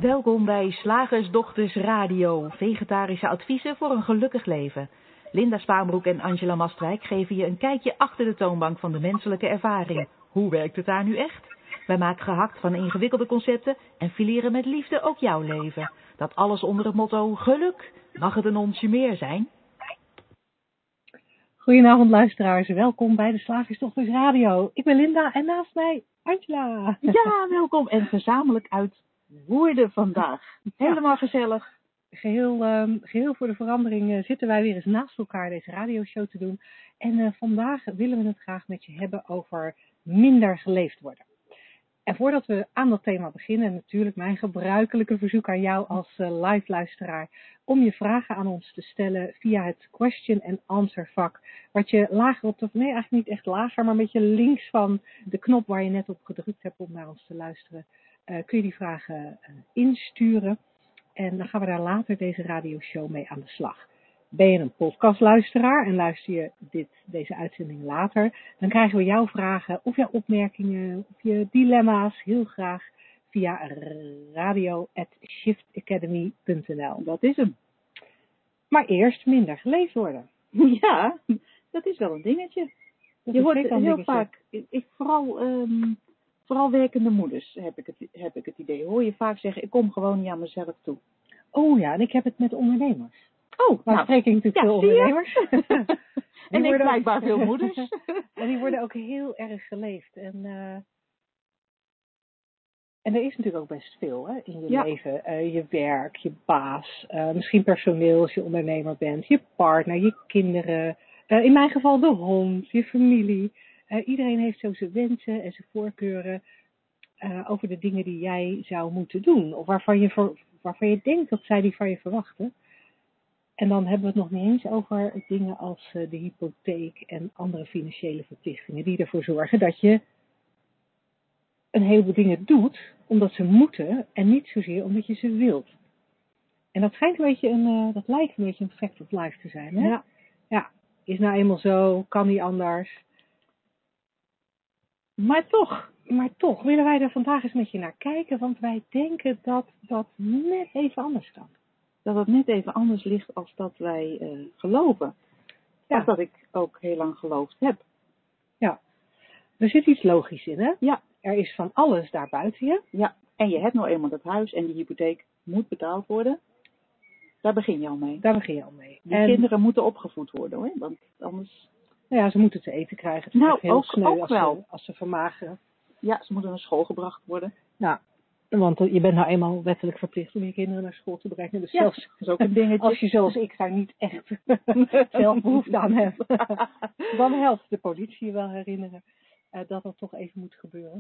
Welkom bij Slagersdochters Radio, vegetarische adviezen voor een gelukkig leven. Linda Spaanbroek en Angela Mastwijk geven je een kijkje achter de toonbank van de menselijke ervaring. Hoe werkt het daar nu echt? Wij maken gehakt van ingewikkelde concepten en fileren met liefde ook jouw leven. Dat alles onder het motto geluk. Mag het een onsje meer zijn? Goedenavond luisteraars, welkom bij de Slagersdochters Radio. Ik ben Linda en naast mij Angela. Ja, welkom en gezamenlijk uit Woerden vandaag. Helemaal gezellig. Geheel voor de verandering zitten wij weer eens naast elkaar deze radioshow te doen. En vandaag willen we het graag met je hebben over minder geleefd worden. En voordat we aan dat thema beginnen, natuurlijk mijn gebruikelijke verzoek aan jou als live luisteraar om je vragen aan ons te stellen via het question and answer vak. Wat je lager op de, nee eigenlijk niet echt lager, maar een beetje links van de knop waar je net op gedrukt hebt om naar ons te luisteren, kun je die vragen insturen. En dan gaan we daar later deze radioshow mee aan de slag. Ben je een podcastluisteraar en luister je deze uitzending later, dan krijgen we jouw vragen of jouw opmerkingen of je dilemma's heel graag via radio@shiftacademy.nl. Dat is hem. Maar eerst minder geleefd worden. Ja, dat is wel een dingetje. Je hoort heel vaak, vooral werkende moeders heb ik het idee. Hoor je vaak zeggen, ik kom gewoon niet aan mezelf toe. Oh ja, en ik heb het met ondernemers. Oh, nou spreek ik natuurlijk veel ondernemers. En ik blijkbaar veel moeders. En die worden ook heel erg geleefd. En er is natuurlijk ook best veel hè, in je leven. Je werk, je baas, misschien personeel als je ondernemer bent, je partner, je kinderen. In mijn geval de hond, je familie. Iedereen heeft zo zijn wensen en zijn voorkeuren over de dingen die jij zou moeten doen. Of waarvan je denkt dat zij die van je verwachten. En dan hebben we het nog niet eens over dingen als de hypotheek en andere financiële verplichtingen die ervoor zorgen dat je een heleboel dingen doet omdat ze moeten en niet zozeer omdat je ze wilt. En dat schijnt dat lijkt een beetje een fact of life te zijn. Hè? Ja, is nou eenmaal zo, kan niet anders. Maar toch willen wij er vandaag eens met je naar kijken, want wij denken dat dat net even anders kan. Dat het net even anders ligt als dat wij geloven. Ja. Of dat ik ook heel lang geloofd heb. Ja, er zit iets logisch in, hè? Ja. Er is van alles daar buiten je. Ja, en je hebt nou eenmaal dat huis en die hypotheek moet betaald worden. Daar begin je al mee. Die kinderen moeten opgevoed worden hoor, want anders... Nou ja, ze moeten te eten krijgen. Het nou, heel ook sneu wel. Als ze vermageren. Ja, ze moeten naar school gebracht worden. Nou, want je bent nou eenmaal wettelijk verplicht om je kinderen naar school te brengen. Dus ja, zelfs dat is ook een dingetje. Als je zoals ik daar niet echt zelf behoefte aan hebt, dan helpt de politie je wel herinneren dat dat toch even moet gebeuren.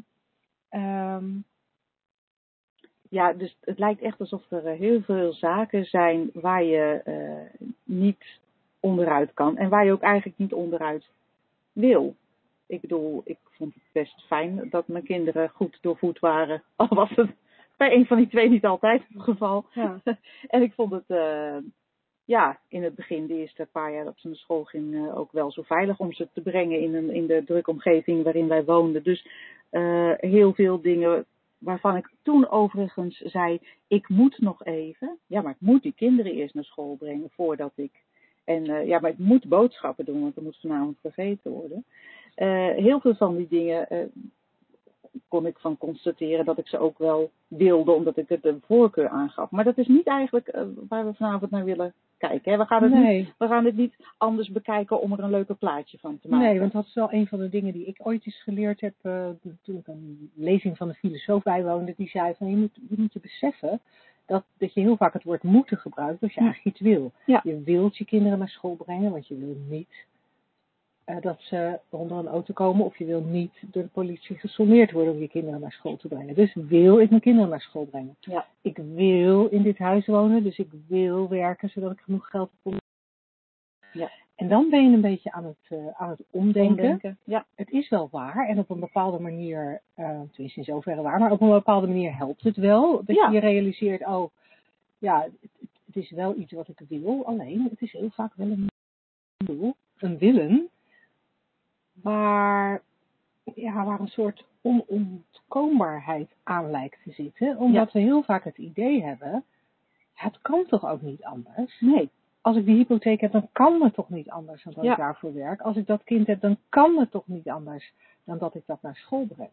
Ja, dus het lijkt echt alsof er heel veel zaken zijn waar je niet onderuit kan. En waar je ook eigenlijk niet onderuit wil. Ik bedoel, ik vond het best fijn dat mijn kinderen goed doorvoed waren. Al was het bij een van die twee niet altijd het geval. Ja. En ik vond het, in het begin, de eerste paar jaar dat ze naar school ging, ook wel zo veilig om ze te brengen in de drukke omgeving waarin wij woonden. Dus heel veel dingen waarvan ik toen overigens zei, ik moet nog even. Ja, maar ik moet die kinderen eerst naar school brengen voordat ik... En maar ik moet boodschappen doen, want er moet vanavond gegeten worden. Heel veel van die dingen kon ik van constateren dat ik ze ook wel wilde, omdat ik het de voorkeur aangaf. Maar dat is niet eigenlijk waar we vanavond naar willen kijken. Hè? We gaan het niet anders bekijken om er een leuker plaatje van te maken. Nee, want dat is wel een van de dingen die ik ooit eens geleerd heb toen ik een lezing van een filosoof bijwoonde. Die zei van je moet je beseffen dat je heel vaak het woord moeten gebruikt als je eigenlijk iets wil. Ja. Je wilt je kinderen naar school brengen, want je wil niet dat ze onder een auto komen of je wil niet door de politie gesommeerd worden om je kinderen naar school te brengen. Dus wil ik mijn kinderen naar school brengen. Ja. Ik wil in dit huis wonen, dus ik wil werken zodat ik genoeg geld heb om... Ja. En dan ben je een beetje aan het omdenken. Ja. Het is wel waar en op een bepaalde manier, tenminste in zoverre waar, maar op een bepaalde manier helpt het wel. Dat je realiseert, het is wel iets wat ik wil, alleen het is heel vaak wel een willen. Maar waar een soort onontkoombaarheid aan lijkt te zitten. Omdat we heel vaak het idee hebben, het kan toch ook niet anders? Nee. Als ik die hypotheek heb, dan kan het toch niet anders dan dat ik daarvoor werk. Als ik dat kind heb, dan kan het toch niet anders dan dat ik dat naar school breng.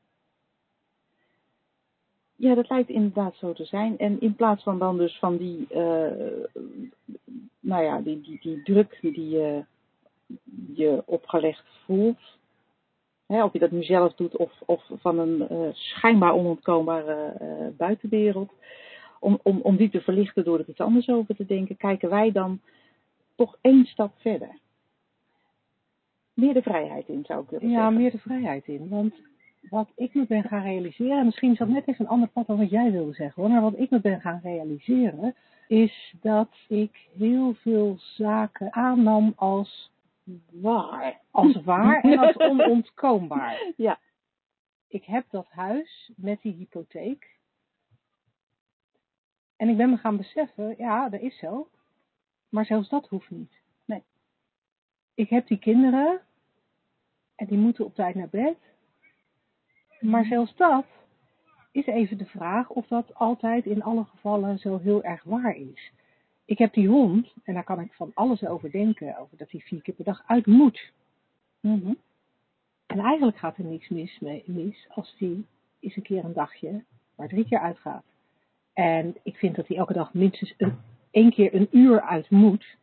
Ja, dat lijkt inderdaad zo te zijn. En in plaats van dan dus van die, die druk die je opgelegd voelt. Hè, of je dat nu zelf doet of van een schijnbaar onontkoombare buitenwereld. Om die te verlichten door er iets anders over te denken, kijken wij dan toch 1 stap verder. Meer de vrijheid in, zou ik willen zeggen. Ja, meer de vrijheid in. Want wat ik me ben gaan realiseren, en misschien is dat net even een ander pad dan wat jij wilde zeggen hoor, maar wat ik me ben gaan realiseren, is dat ik heel veel zaken aannam als waar. Als waar en als onontkoombaar. Ja. Ik heb dat huis met die hypotheek. En ik ben me gaan beseffen, ja, dat is zo. Maar zelfs dat hoeft niet. Nee. Ik heb die kinderen. En die moeten op tijd naar bed. Maar zelfs dat is even de vraag of dat altijd in alle gevallen zo heel erg waar is. Ik heb die hond, en daar kan ik van alles over denken, over dat hij 4 keer per dag uit moet. Mm-hmm. En eigenlijk gaat er niks mis als die eens een keer een dagje maar 3 keer uitgaat. En ik vind dat hij elke dag minstens 1 keer een uur uit moet.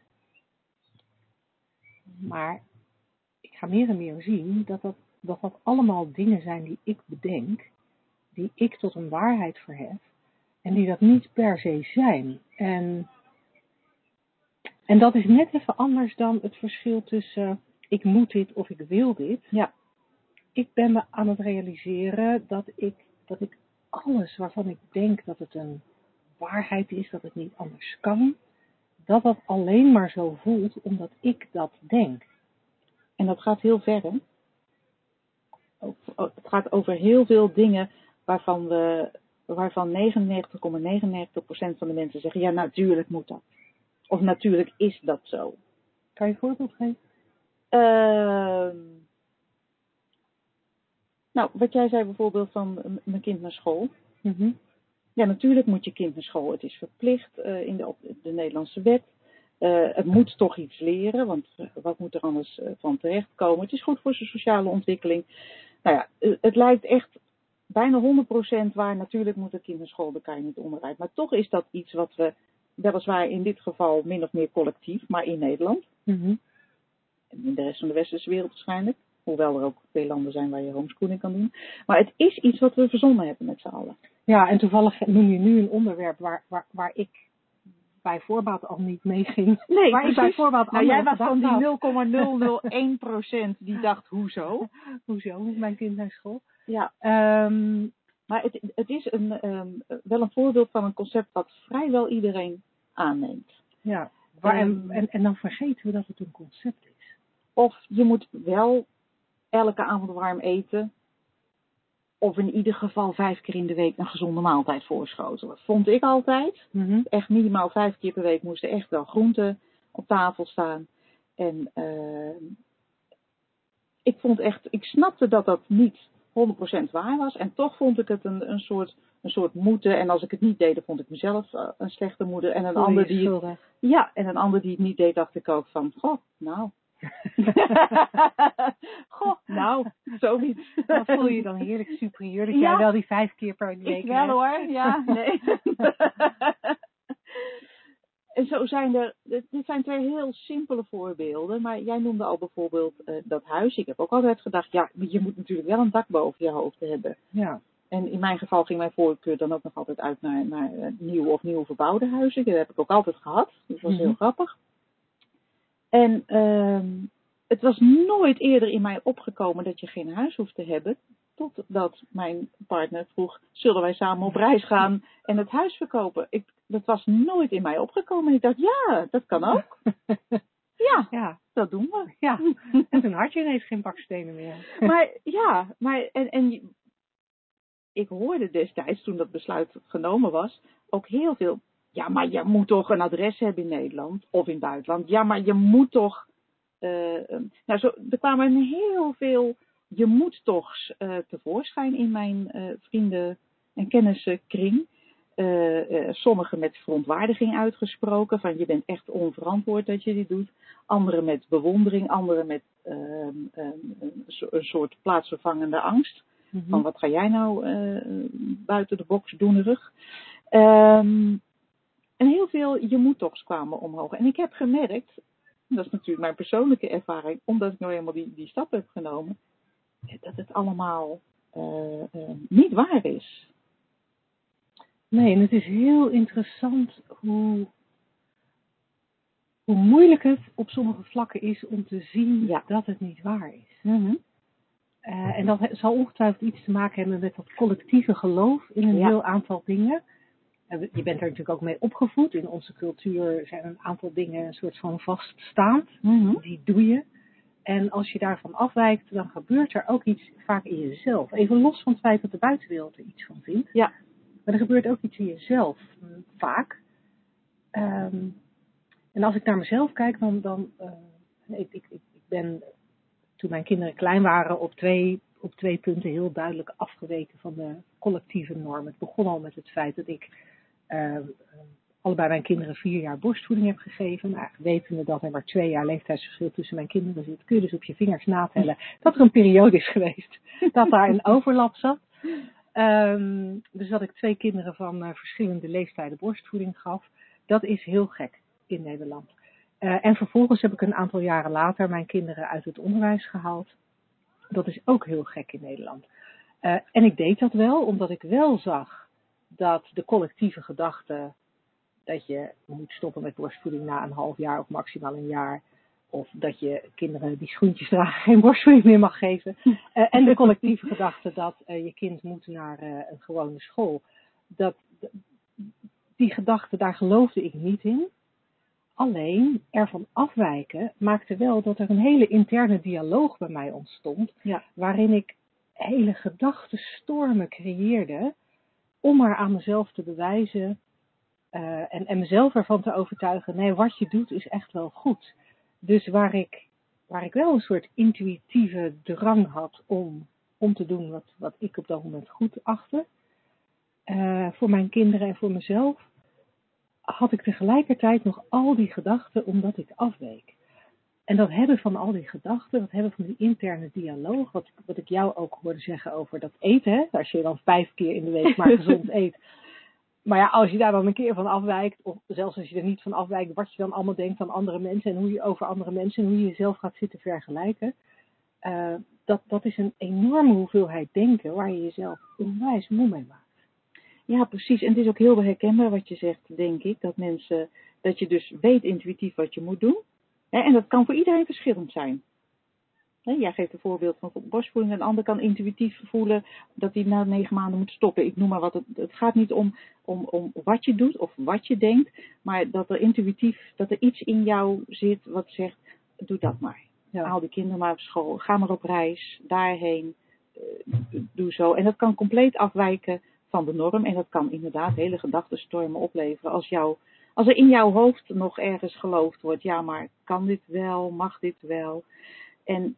Maar ik ga meer en meer zien dat allemaal dingen zijn die ik bedenk, die ik tot een waarheid verhef, en die dat niet per se zijn. En dat is net even anders dan het verschil tussen ik moet dit of ik wil dit. Ja. Ik ben me aan het realiseren dat ik alles waarvan ik denk dat het een waarheid is, dat het niet anders kan, dat alleen maar zo voelt omdat ik dat denk. En dat gaat heel ver, hè? Het gaat over heel veel dingen waarvan 99,99% van de mensen zeggen, ja, natuurlijk moet dat. Of natuurlijk is dat zo. Kan je een voorbeeld geven? Nou, wat jij zei bijvoorbeeld van mijn kind naar school. Mm-hmm. Ja, natuurlijk moet je kind naar school. Het is verplicht in de Nederlandse wet. Het moet toch iets leren, want wat moet er anders van terechtkomen? Het is goed voor zijn sociale ontwikkeling. Nou ja, het lijkt echt bijna 100% waar. Natuurlijk moet het kind naar school, daar kan je niet onderuit. Maar toch is dat iets wat we, weliswaar in dit geval min of meer collectief, maar in Nederland. Mm-hmm. En in de rest van de westerse wereld waarschijnlijk. Hoewel er ook veel landen zijn waar je homeschooling kan doen. Maar het is iets wat we verzonnen hebben met z'n allen. Ja, en toevallig noem je nu een onderwerp waar ik bij voorbaat al niet mee ging. Nee, waar ik bij voorbaat nou, jij was van die 0,001% die dacht, hoezo? Hoezo moet mijn kind naar school? Ja. Maar het is wel een voorbeeld van een concept wat vrijwel iedereen aanneemt. Ja, en dan vergeten we dat het een concept is. Of je moet wel elke avond warm eten. Of in ieder geval 5 keer in de week een gezonde maaltijd voorschotelen. Vond ik altijd. Mm-hmm. Echt minimaal 5 keer per week moesten echt wel groenten op tafel staan. En ik snapte dat dat niet 100% waar was. En toch vond ik het een soort moeten. En als ik het niet deed, dan vond ik mezelf een slechte moeder. En een ander die het niet deed, dacht ik ook van, goh, nou. Goh, nou, zoiets. Wat voel je dan heerlijk superieur dat jij wel die 5 keer per week Ik wel hoor, ja, nee. En zo zijn dit zijn 2 heel simpele voorbeelden, maar jij noemde al bijvoorbeeld dat huis. Ik heb ook altijd gedacht, ja, je moet natuurlijk wel een dak boven je hoofd hebben. Ja. En in mijn geval ging mijn voorkeur dan ook nog altijd uit naar nieuw verbouwde huizen. Dat heb ik ook altijd gehad, dat was heel grappig. En het was nooit eerder in mij opgekomen dat je geen huis hoeft te hebben. Totdat mijn partner vroeg, zullen wij samen op reis gaan en het huis verkopen? Dat was nooit in mij opgekomen. En ik dacht, ja, dat kan ook. Ja, dat doen we. Ja, en toen had je ineens geen bakstenen meer. Maar ik hoorde destijds, toen dat besluit genomen was, ook heel veel. Ja, maar je moet toch een adres hebben in Nederland of in het buitenland. Ja, maar je moet toch. Er kwamen heel veel je moet toch tevoorschijn in mijn vrienden- en kennissenkring. Sommigen met verontwaardiging uitgesproken, van je bent echt onverantwoord dat je dit doet. Anderen met bewondering, anderen met een soort plaatsvervangende angst. Van wat ga jij nou buiten de box doenerig. En heel veel je moet toch's kwamen omhoog. En ik heb gemerkt, dat is natuurlijk mijn persoonlijke ervaring, omdat ik nou eenmaal die stap heb genomen, dat het allemaal niet waar is. Nee, en het is heel interessant hoe moeilijk het op sommige vlakken is om te zien dat het niet waar is. Mm-hmm. En dat zal ongetwijfeld iets te maken hebben met dat collectieve geloof in een heel aantal dingen. Je bent er natuurlijk ook mee opgevoed. In onze cultuur zijn een aantal dingen een soort van vaststaand. Mm-hmm. Die doe je. En als je daarvan afwijkt, dan gebeurt er ook iets vaak in jezelf. Even los van het feit dat de buitenwereld er iets van vindt. Ja. Maar er gebeurt ook iets in jezelf, vaak. En als ik naar mezelf kijk, ik ben, toen mijn kinderen klein waren, op twee punten heel duidelijk afgeweken van de collectieve norm. Het begon al met het feit dat ik allebei mijn kinderen 4 jaar borstvoeding heb gegeven. Nou, wetende dat er maar 2 jaar leeftijdsverschil tussen mijn kinderen zit, kun je dus op je vingers natellen dat er een periode is geweest dat daar een overlap zat. Dus dat ik 2 kinderen van verschillende leeftijden borstvoeding gaf, dat is heel gek in Nederland. En vervolgens heb ik een aantal jaren later mijn kinderen uit het onderwijs gehaald. Dat is ook heel gek in Nederland. En ik deed dat wel, omdat ik wel zag dat de collectieve gedachte dat je moet stoppen met borstvoeding na een half jaar of maximaal een jaar. Of dat je kinderen die schoentjes dragen geen borstvoeding meer mag geven. En de collectieve gedachte dat je kind moet naar een gewone school. Die gedachte, daar geloofde ik niet in. Alleen ervan afwijken maakte wel dat er een hele interne dialoog bij mij ontstond. Ja. Waarin ik hele gedachtenstormen creëerde om maar aan mezelf te bewijzen. En mezelf ervan te overtuigen, nee, wat je doet is echt wel goed. Dus waar ik wel een soort intuïtieve drang had om te doen wat ik op dat moment goed achtte. Voor mijn kinderen en voor mezelf. Had ik tegelijkertijd nog al die gedachten omdat ik afweek. En dat hebben van al die gedachten, dat hebben van die interne dialoog, wat ik jou ook hoorde zeggen over dat eten, hè? Als je dan 5 keer in de week maar gezond eet. Maar ja, als je daar dan een keer van afwijkt, of zelfs als je er niet van afwijkt, wat je dan allemaal denkt aan andere mensen en hoe je over andere mensen en hoe je jezelf gaat zitten vergelijken. Dat is een enorme hoeveelheid denken waar je jezelf onwijs moe mee maakt. Ja, precies. En het is ook heel herkenbaar wat je zegt, denk ik. Dat je dus weet intuïtief wat je moet doen. En dat kan voor iedereen verschillend zijn. Jij geeft een voorbeeld van borstvoeding. Een ander kan intuïtief voelen dat hij na 9 maanden moet stoppen. Ik noem maar wat. Het gaat niet om wat je doet of wat je denkt. Maar dat er intuïtief, dat er iets in jou zit wat zegt, doe dat maar. Ja. Haal die kinderen maar op school. Ga maar op reis. Daarheen. Doe zo. En dat kan compleet afwijken van de norm. En dat kan inderdaad hele gedachtenstormen opleveren. Als er in jouw hoofd nog ergens geloofd wordt. Ja, maar kan dit wel? Mag dit wel? En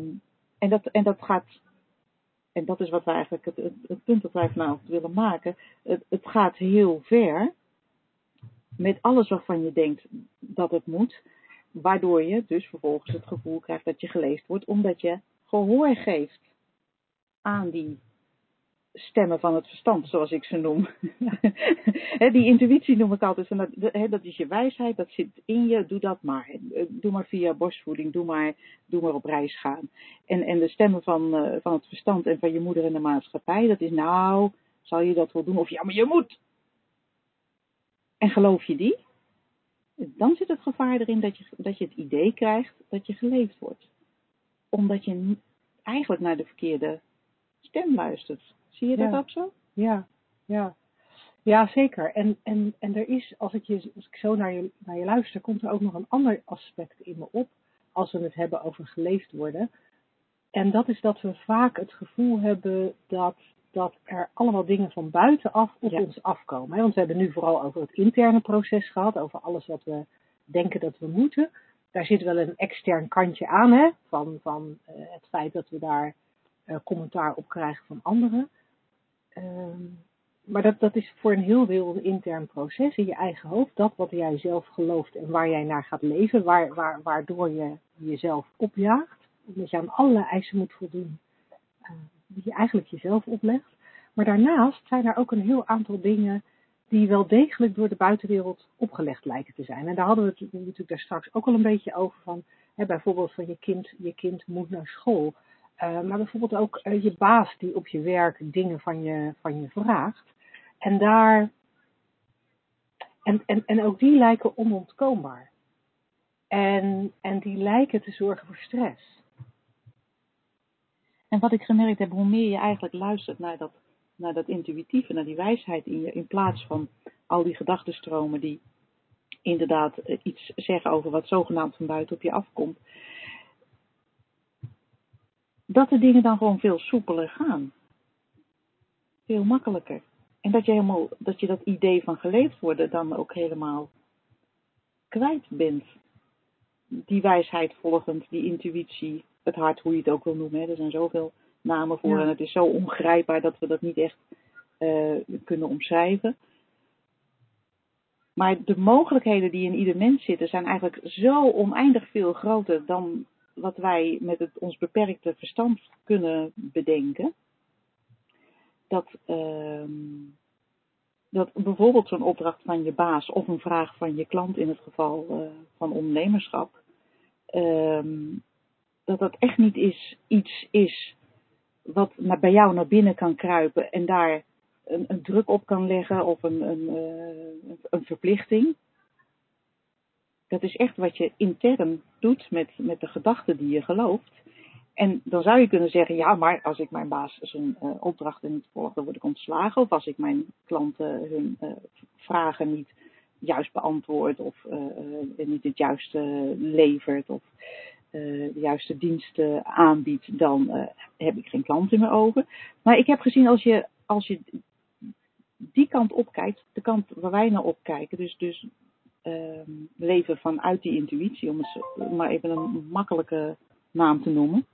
dat gaat, en dat is wat we eigenlijk het punt dat wij vanavond willen maken. Het gaat heel ver met alles waarvan je denkt dat het moet. Waardoor je dus vervolgens het gevoel krijgt dat je geleefd wordt. Omdat je gehoor geeft aan die stemmen van het verstand, zoals ik ze noem. Die intuïtie noem ik altijd. Dat is je wijsheid, dat zit in je. Doe dat maar. Doe maar via borstvoeding. Doe maar op reis gaan. En de stemmen van het verstand en van je moeder en de maatschappij, dat is nou, zal je dat wel doen? Of ja, maar je moet. En geloof je die? Dan zit het gevaar erin dat je het idee krijgt dat je geleefd wordt. Omdat je eigenlijk naar de verkeerde stem luistert. Zie je dat ook zo? Ja, zeker. En er is, als ik zo naar je luister, komt er ook nog een ander aspect in me op, als we het hebben over geleefd worden. En dat is dat we vaak het gevoel hebben dat er allemaal dingen van buitenaf op ons afkomen. Want we hebben nu vooral over het interne proces gehad, over alles wat we denken dat we moeten. Daar zit wel een extern kantje aan, hè? Van het feit dat we daar commentaar op krijgen van anderen. Maar dat is voor een heel deel een intern proces in je eigen hoofd. Dat wat jij zelf gelooft en waar jij naar gaat leven. Waardoor je jezelf opjaagt. Omdat je aan allerlei eisen moet voldoen. Die je eigenlijk jezelf oplegt. Maar daarnaast zijn er ook een heel aantal dingen die wel degelijk door de buitenwereld opgelegd lijken te zijn. En daar hadden we het natuurlijk daar straks ook al een beetje over van. Bijvoorbeeld van je kind moet naar school. Maar bijvoorbeeld ook je baas die op je werk dingen van je vraagt. En ook die lijken onontkoombaar. En die lijken te zorgen voor stress. En wat ik gemerkt heb, hoe meer je eigenlijk luistert naar dat intuïtieve, naar die wijsheid in je, in plaats van al die gedachtenstromen die inderdaad iets zeggen over wat zogenaamd van buiten op je afkomt, dat de dingen dan gewoon veel soepeler gaan. Veel makkelijker. En dat je dat idee van geleefd worden dan ook helemaal kwijt bent. Die wijsheid volgend, die intuïtie, het hart, hoe je het ook wil noemen. Hè. Er zijn zoveel namen voor en het is zo ongrijpbaar dat we dat niet echt kunnen omschrijven. Maar de mogelijkheden die in ieder mens zitten zijn eigenlijk zo oneindig veel groter dan wat wij met ons beperkte verstand kunnen bedenken. Dat bijvoorbeeld zo'n opdracht van je baas of een vraag van je klant in het geval van ondernemerschap, dat echt niet iets is wat bij jou naar binnen kan kruipen en daar een druk op kan leggen of een verplichting. Dat is echt wat je intern doet met de gedachten die je gelooft. En dan zou je kunnen zeggen, ja, maar als ik mijn baas zijn opdrachten niet volg, dan word ik ontslagen. Of als ik mijn klanten hun vragen niet juist beantwoord of niet het juiste levert of de juiste diensten aanbiedt, dan heb ik geen klanten meer over. Maar ik heb gezien, als je die kant opkijkt, de kant waar wij naar opkijken, dus leven vanuit die intuïtie, om het maar even een makkelijke naam te noemen.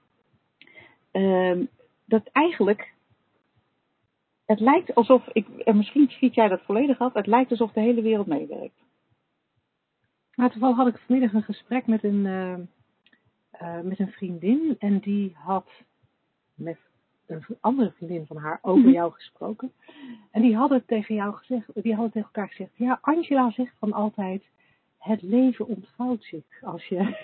Dat eigenlijk, het lijkt alsof, en misschien schiet jij dat volledig af, het lijkt alsof de hele wereld meewerkt. Nou, toevallig had ik vanmiddag een gesprek met een vriendin en die had met een andere vriendin van haar over jou gesproken. En die hadden tegen elkaar gezegd, ja, Angela zegt van altijd, het leven ontvouwt zich als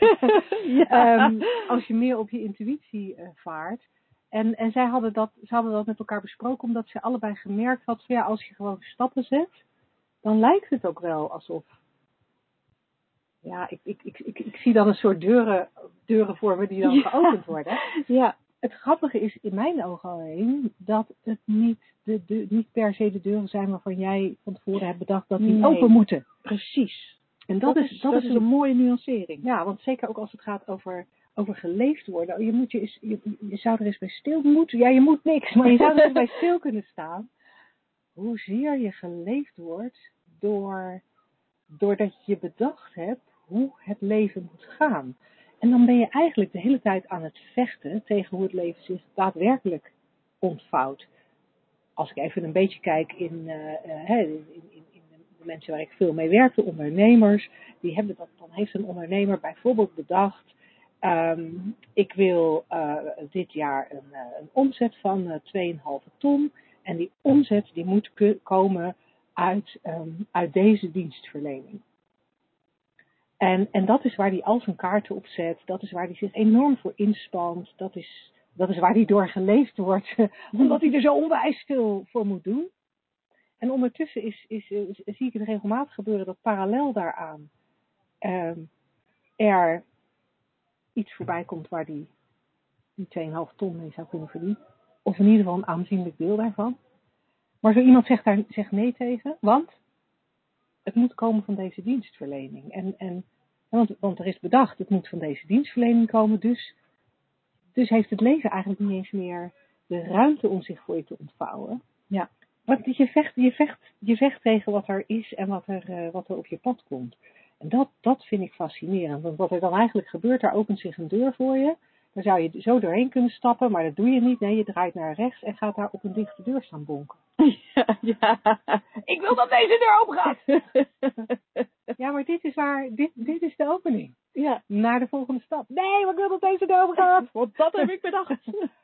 je meer op je intuïtie vaart. En ze hadden dat met elkaar besproken, omdat ze allebei gemerkt had, ja, als je gewoon stappen zet, dan lijkt het ook wel alsof, ja, ik zie dan een soort deuren voor me die dan geopend worden. Ja. Het grappige is in mijn ogen alleen dat het niet per se de deuren zijn waarvan jij van tevoren hebt bedacht dat die open moeten. Precies. En dat is een mooie nuancering. Ja, want zeker ook als het gaat over geleefd worden. Je zou er eens bij stil moeten. Ja, je moet niks, maar je zou er eens bij stil kunnen staan. Hoezeer je geleefd wordt doordat je bedacht hebt hoe het leven moet gaan. En dan ben je eigenlijk de hele tijd aan het vechten tegen hoe het leven zich daadwerkelijk ontvouwt. Als ik even een beetje kijk in de mensen waar ik veel mee werk, de ondernemers, dan heeft een ondernemer bijvoorbeeld bedacht, ik wil dit jaar een omzet van 2,5 ton en die omzet die moet komen uit deze dienstverlening. En dat is waar hij al zijn kaarten op zet. Dat is waar hij zich enorm voor inspant. Dat is waar hij door geleefd wordt. Omdat hij er zo onwijs veel voor moet doen. En ondertussen zie ik het regelmatig gebeuren dat parallel daaraan er iets voorbij komt waar die 2,5 ton mee zou kunnen verdienen. Of in ieder geval een aanzienlijk deel daarvan. Maar zo iemand zegt nee tegen. Want het moet komen van deze dienstverlening. Want er is bedacht, het moet van deze dienstverlening komen. Dus heeft het leven eigenlijk niet eens meer de ruimte om zich voor je te ontvouwen. Ja. Want je vecht tegen wat er is en wat er op je pad komt. En dat vind ik fascinerend. Want wat er dan eigenlijk gebeurt, daar opent zich een deur voor je. Dan zou je zo doorheen kunnen stappen, maar dat doe je niet. Nee, je draait naar rechts en gaat daar op een dichte deur staan bonken. Ja. Ik wil dat deze deur open gaat. Ja, maar dit is de opening. Ja. Naar de volgende stap. Nee, maar ik wil dat deze deur open gaat. Want dat heb ik bedacht.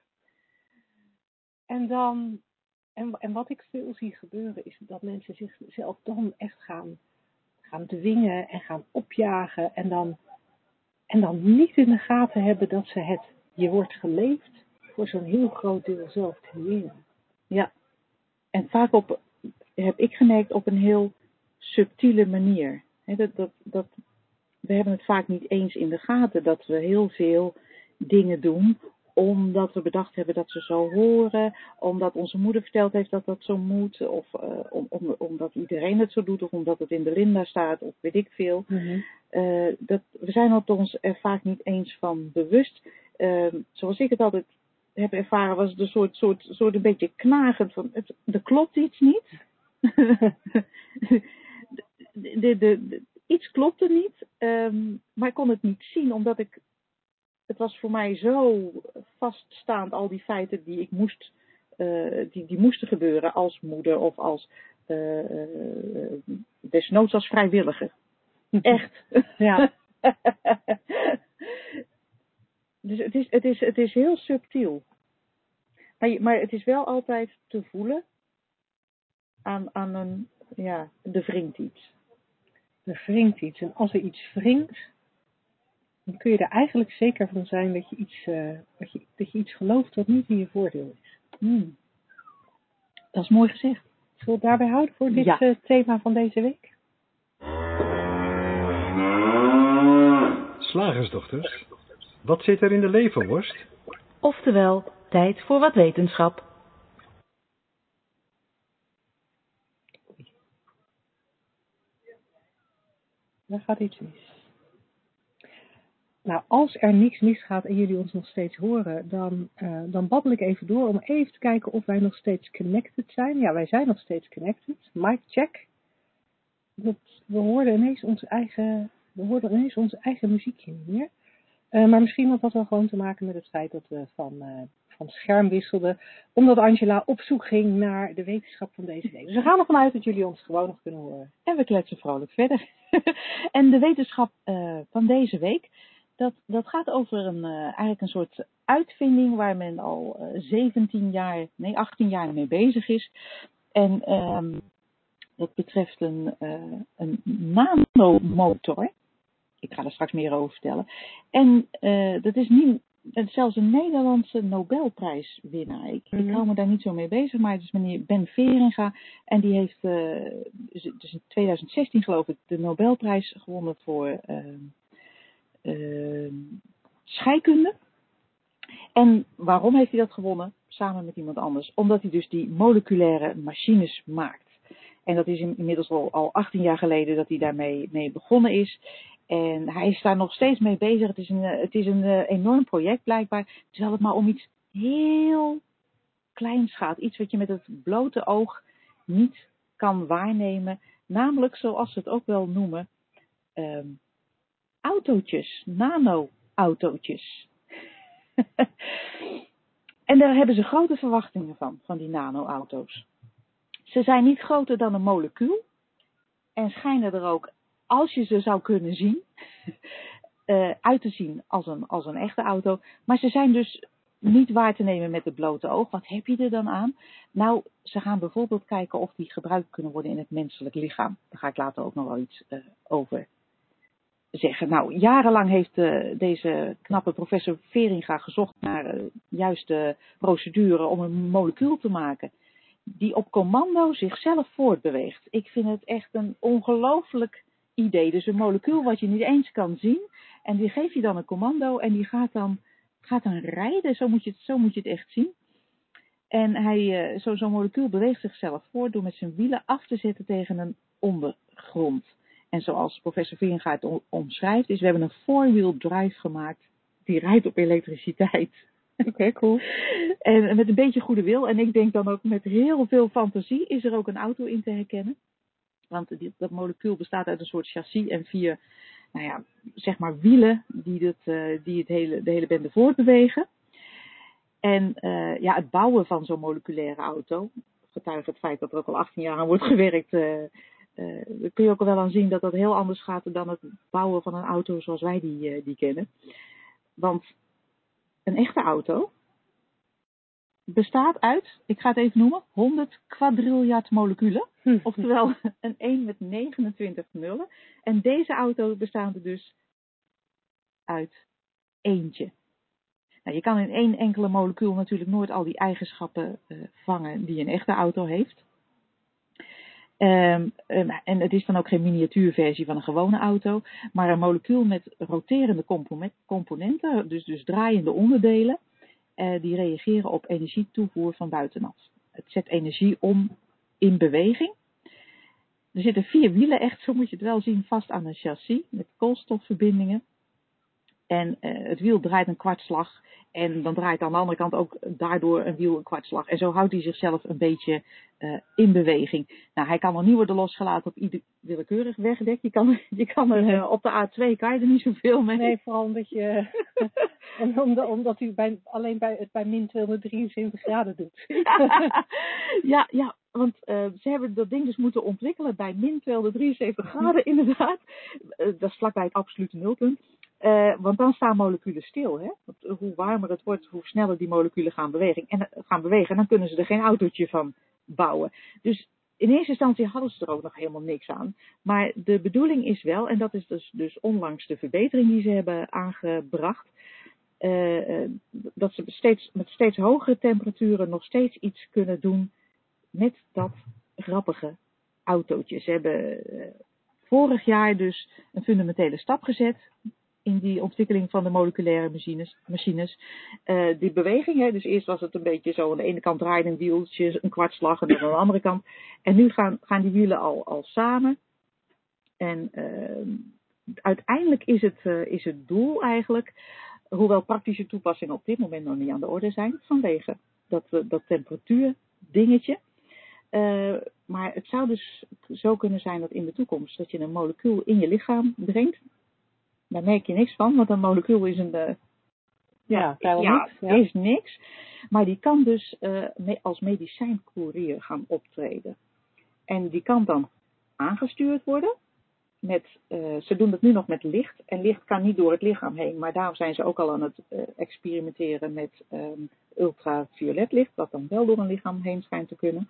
En dan, en wat ik veel zie gebeuren, is dat mensen zichzelf dan echt gaan dwingen en gaan opjagen. En dan niet in de gaten hebben dat je wordt geleefd voor zo'n heel groot deel zelf creëren. Ja. En vaak heb ik gemerkt op een heel subtiele manier. We hebben het vaak niet eens in de gaten dat we heel veel dingen doen omdat we bedacht hebben dat ze zo horen, omdat onze moeder verteld heeft dat dat zo moet, of omdat iedereen het zo doet, of omdat het in de Linda staat, of weet ik veel. Mm-hmm. We zijn ons er vaak niet eens van bewust. Zoals ik het altijd heb ervaren, was het een soort een beetje knagend van, er klopt iets niet. Iets klopte niet, maar ik kon het niet zien, omdat het was voor mij zo vaststaand, al die feiten die ik die moesten gebeuren als moeder of als desnoods als vrijwilliger. Echt. Ja. Dus het is heel subtiel. Maar het is wel altijd te voelen aan er wringt iets. Er wringt iets. En als er iets wringt, dan kun je er eigenlijk zeker van zijn dat je iets gelooft wat niet in je voordeel is. Dat is mooi gezegd. Zullen we het daarbij houden voor dit thema van deze week? Slagersdochters, wat zit er in de leverworst? Oftewel, tijd voor wat wetenschap. Daar gaat iets mis. Nou, als er niks misgaat en jullie ons nog steeds horen, dan babbel ik even door om even te kijken of wij nog steeds connected zijn. Ja, wij zijn nog steeds connected. Mic check. We hoorden ineens onze eigen muziekje niet meer. Maar misschien had dat wel gewoon te maken met het feit dat we van scherm wisselden, omdat Angela op zoek ging naar de wetenschap van deze week. Dus we gaan ervan uit dat jullie ons gewoon nog kunnen horen. En we kletsen vrolijk verder. En de wetenschap van deze week, dat gaat over eigenlijk een soort uitvinding waar men al 18 jaar mee bezig is. En dat betreft een nanomotor. Ik ga er straks meer over vertellen. En dat is zelfs een Nederlandse Nobelprijswinnaar. Ik hou me daar niet zo mee bezig, maar het is meneer Ben Veringa. En die heeft dus in 2016 geloof ik de Nobelprijs gewonnen voor scheikunde. En waarom heeft hij dat gewonnen? Samen met iemand anders. Omdat hij dus die moleculaire machines maakt. En dat is inmiddels al 18 jaar geleden dat hij daarmee begonnen is. En hij is daar nog steeds mee bezig. Het is een enorm project blijkbaar. Terwijl het maar om iets heel kleins gaat. Iets wat je met het blote oog niet kan waarnemen. Namelijk, zoals ze het ook wel noemen, autootjes. Nano-autootjes. En daar hebben ze grote verwachtingen van die nano-auto's. Ze zijn niet groter dan een molecuul. En schijnen er ook, als je ze zou kunnen zien, uit te zien als een echte auto. Maar ze zijn dus niet waar te nemen met het blote oog. Wat heb je er dan aan? Nou, ze gaan bijvoorbeeld kijken of die gebruikt kunnen worden in het menselijk lichaam. Daar ga ik later ook nog wel iets over zeggen. Nou, jarenlang heeft deze knappe professor Veringa gezocht naar juiste procedure om een molecuul te maken die op commando zichzelf voortbeweegt. Ik vind het echt een ongelooflijk idee. Dus een molecuul wat je niet eens kan zien. En die geef je dan een commando en die gaat dan rijden. Zo moet je het echt zien. En zo'n molecuul beweegt zichzelf voort door met zijn wielen af te zetten tegen een ondergrond. En zoals professor Veringa het omschrijft, we hebben een four-wheel drive gemaakt. Die rijdt op elektriciteit. Oké, cool. En met een beetje goede wil, en ik denk dan ook met heel veel fantasie, is er ook een auto in te herkennen. Want dat molecuul bestaat uit een soort chassis en 4 zeg maar wielen die de hele bende voortbewegen. En het bouwen van zo'n moleculaire auto, getuige het feit dat er ook al 18 jaar aan wordt gewerkt, kun je ook wel aan zien dat dat heel anders gaat dan het bouwen van een auto zoals wij die kennen. Want een echte auto bestaat uit, ik ga het even noemen, 100 quadriljard moleculen. Oftewel een 1 met 29 nullen. En deze auto bestaat er dus uit eentje. Nou, je kan in één enkele molecuul natuurlijk nooit al die eigenschappen vangen die een echte auto heeft. En het is dan ook geen miniatuurversie van een gewone auto, maar een molecuul met roterende componenten, dus draaiende onderdelen, die reageren op energietoevoer van buitenaf. Het zet energie om in beweging. Er zitten 4 wielen, echt, zo moet je het wel zien, vast aan een chassis met koolstofverbindingen. En het wiel draait een kwartslag. En dan draait aan de andere kant ook daardoor een wiel een kwartslag. En zo houdt hij zichzelf een beetje in beweging. Nou, hij kan nog niet worden losgelaten op ieder willekeurig wegdek. Je kan er op de A2 kan je er niet zoveel mee. Nee, vooral omdat je omdat u alleen bij min 273 graden doet. Ja, want ze hebben dat ding dus moeten ontwikkelen bij min 273 graden inderdaad. Dat is vlakbij het absolute nulpunt. Want dan staan moleculen stil. Hè? Want hoe warmer het wordt, hoe sneller die moleculen gaan bewegen. En dan kunnen ze er geen autootje van bouwen. Dus in eerste instantie hadden ze er ook nog helemaal niks aan. Maar de bedoeling is wel, en dat is dus onlangs de verbetering die ze hebben aangebracht, dat ze met steeds hogere temperaturen nog steeds iets kunnen doen met dat grappige autootje. Ze hebben vorig jaar dus een fundamentele stap gezet in die ontwikkeling van de moleculaire machines. Die beweging, hè, dus eerst was het een beetje zo, aan de ene kant draaide een wieltje, een kwartslag en dan aan de andere kant. En nu gaan die wielen al samen. En uiteindelijk is het doel eigenlijk, hoewel praktische toepassingen op dit moment nog niet aan de orde zijn, vanwege dat temperatuur dingetje. Maar het zou dus zo kunnen zijn dat in de toekomst dat je een molecuul in je lichaam brengt. Daar merk je niks van, want een molecuul is is niks. Maar die kan dus als medicijncourier gaan optreden. En die kan dan aangestuurd worden. Ze doen het nu nog met licht. En licht kan niet door het lichaam heen. Maar daarom zijn ze ook al aan het experimenteren met ultraviolet licht. Wat dan wel door een lichaam heen schijnt te kunnen.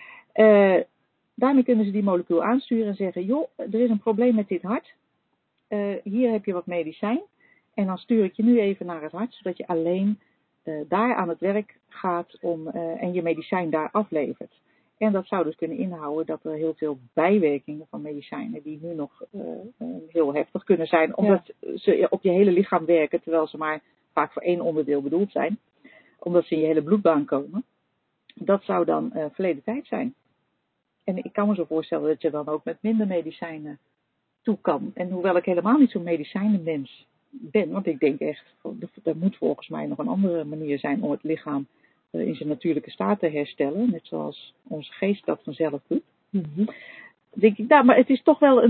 Daarmee kunnen ze die molecuul aansturen en zeggen, joh, er is een probleem met dit hart. Hier heb je wat medicijn. En dan stuur ik je nu even naar het hart. Zodat je alleen daar aan het werk gaat en je medicijn daar aflevert. En dat zou dus kunnen inhouden dat er heel veel bijwerkingen van medicijnen, die nu nog heel heftig kunnen zijn, omdat ze op je hele lichaam werken, terwijl ze maar vaak voor één onderdeel bedoeld zijn, omdat ze in je hele bloedbaan komen. Dat zou dan verleden tijd zijn. En ik kan me zo voorstellen dat je dan ook met minder medicijnen toe kan. En hoewel ik helemaal niet zo'n medicijnenmens ben, want ik denk echt, er moet volgens mij nog een andere manier zijn om het lichaam in zijn natuurlijke staat te herstellen, net zoals onze geest dat vanzelf doet. Mm-hmm. Denk ik, maar het is toch wel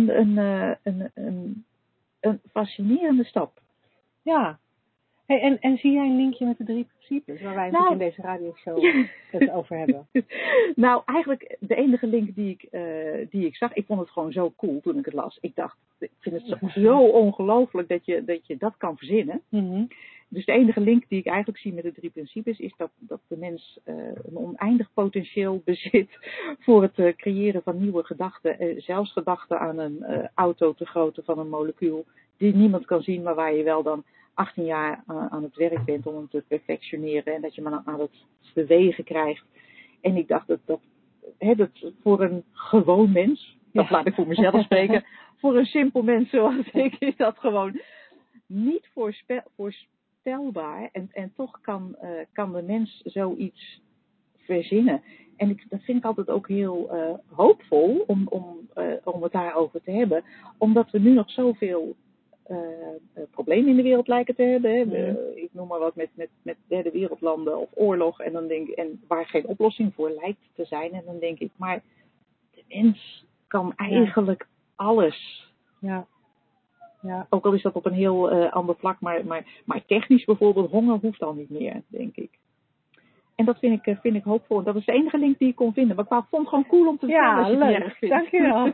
een fascinerende stap. Ja. Hey, en zie jij een linkje met de 3 principes, waar wij in deze radioshow het over hebben? Nou, eigenlijk de enige link die ik zag, ik vond het gewoon zo cool toen ik het las. Ik dacht, ik vind het zo ongelooflijk dat je dat kan verzinnen. Mm-hmm. Dus de enige link die ik eigenlijk zie met de 3 principes is dat de mens een oneindig potentieel bezit voor het creëren van nieuwe gedachten. Zelfs gedachten aan een auto te grootte van een molecuul die niemand kan zien, maar waar je wel dan 18 jaar aan het werk bent om hem te perfectioneren en dat je hem aan het bewegen krijgt. En ik dacht dat voor een gewoon mens, dat laat ik voor mezelf spreken, voor een simpel mens zoals ik is dat gewoon niet voorstelbaar. En toch kan de mens zoiets verzinnen. En dat vind ik altijd ook heel hoopvol om het daarover te hebben. Omdat we nu nog zoveel problemen in de wereld lijken te hebben. Hè. Ik noem maar wat met derde wereldlanden of oorlog. En dan denk ik, en waar geen oplossing voor lijkt te zijn. En dan denk ik, maar de mens kan eigenlijk alles. Ja. Ja. Ook al is dat op een heel ander vlak, maar technisch bijvoorbeeld, honger hoeft al niet meer, denk ik. En dat vind ik hoopvol. Dat is de enige link die ik kon vinden. Maar ik vond het gewoon cool om te vertellen als je het niet erg vindt. Dankjewel.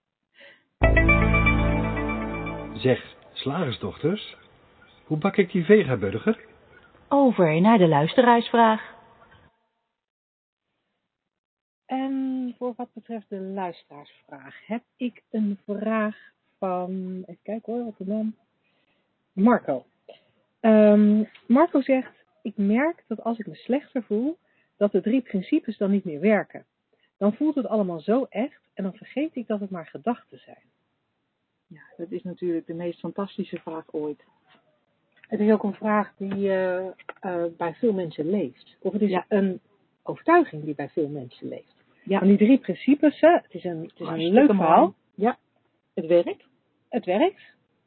Zeg, slagersdochters, hoe bak ik die vegaburger? Over naar de luisteraarsvraag. En voor wat betreft de luisteraarsvraag heb ik een vraag van, even kijken hoor, wat de naam, Marco. Marco zegt, ik merk dat als ik me slechter voel, dat de 3 principes dan niet meer werken. Dan voelt het allemaal zo echt en dan vergeet ik dat het maar gedachten zijn. Ja, dat is natuurlijk de meest fantastische vraag ooit. Het is ook een vraag die bij veel mensen leeft. Of het is een overtuiging die bij veel mensen leeft. Ja. Van die 3 principes, het is een leuk verhaal. Ja, het werkt. Het werkt,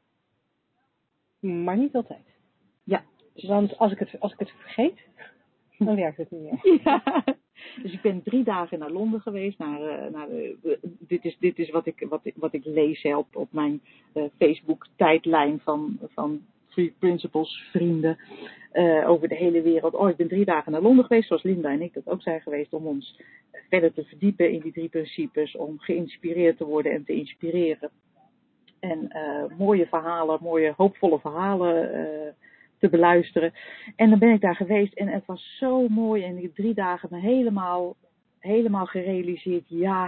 maar niet altijd. Ja. Want als ik het vergeet, dan werkt het niet meer. Ja. Dus ik ben 3 dagen naar Londen geweest. Dit is wat ik lees op mijn Facebook-tijdlijn van 3 Principles vrienden over de hele wereld. Ik ben 3 dagen naar Londen geweest, zoals Linda en ik dat ook zijn geweest, om ons verder te verdiepen in die 3 principes, om geïnspireerd te worden en te inspireren. En mooie verhalen, mooie hoopvolle verhalen te beluisteren. En dan ben ik daar geweest en het was zo mooi. En ik heb 3 dagen me helemaal gerealiseerd. Ja,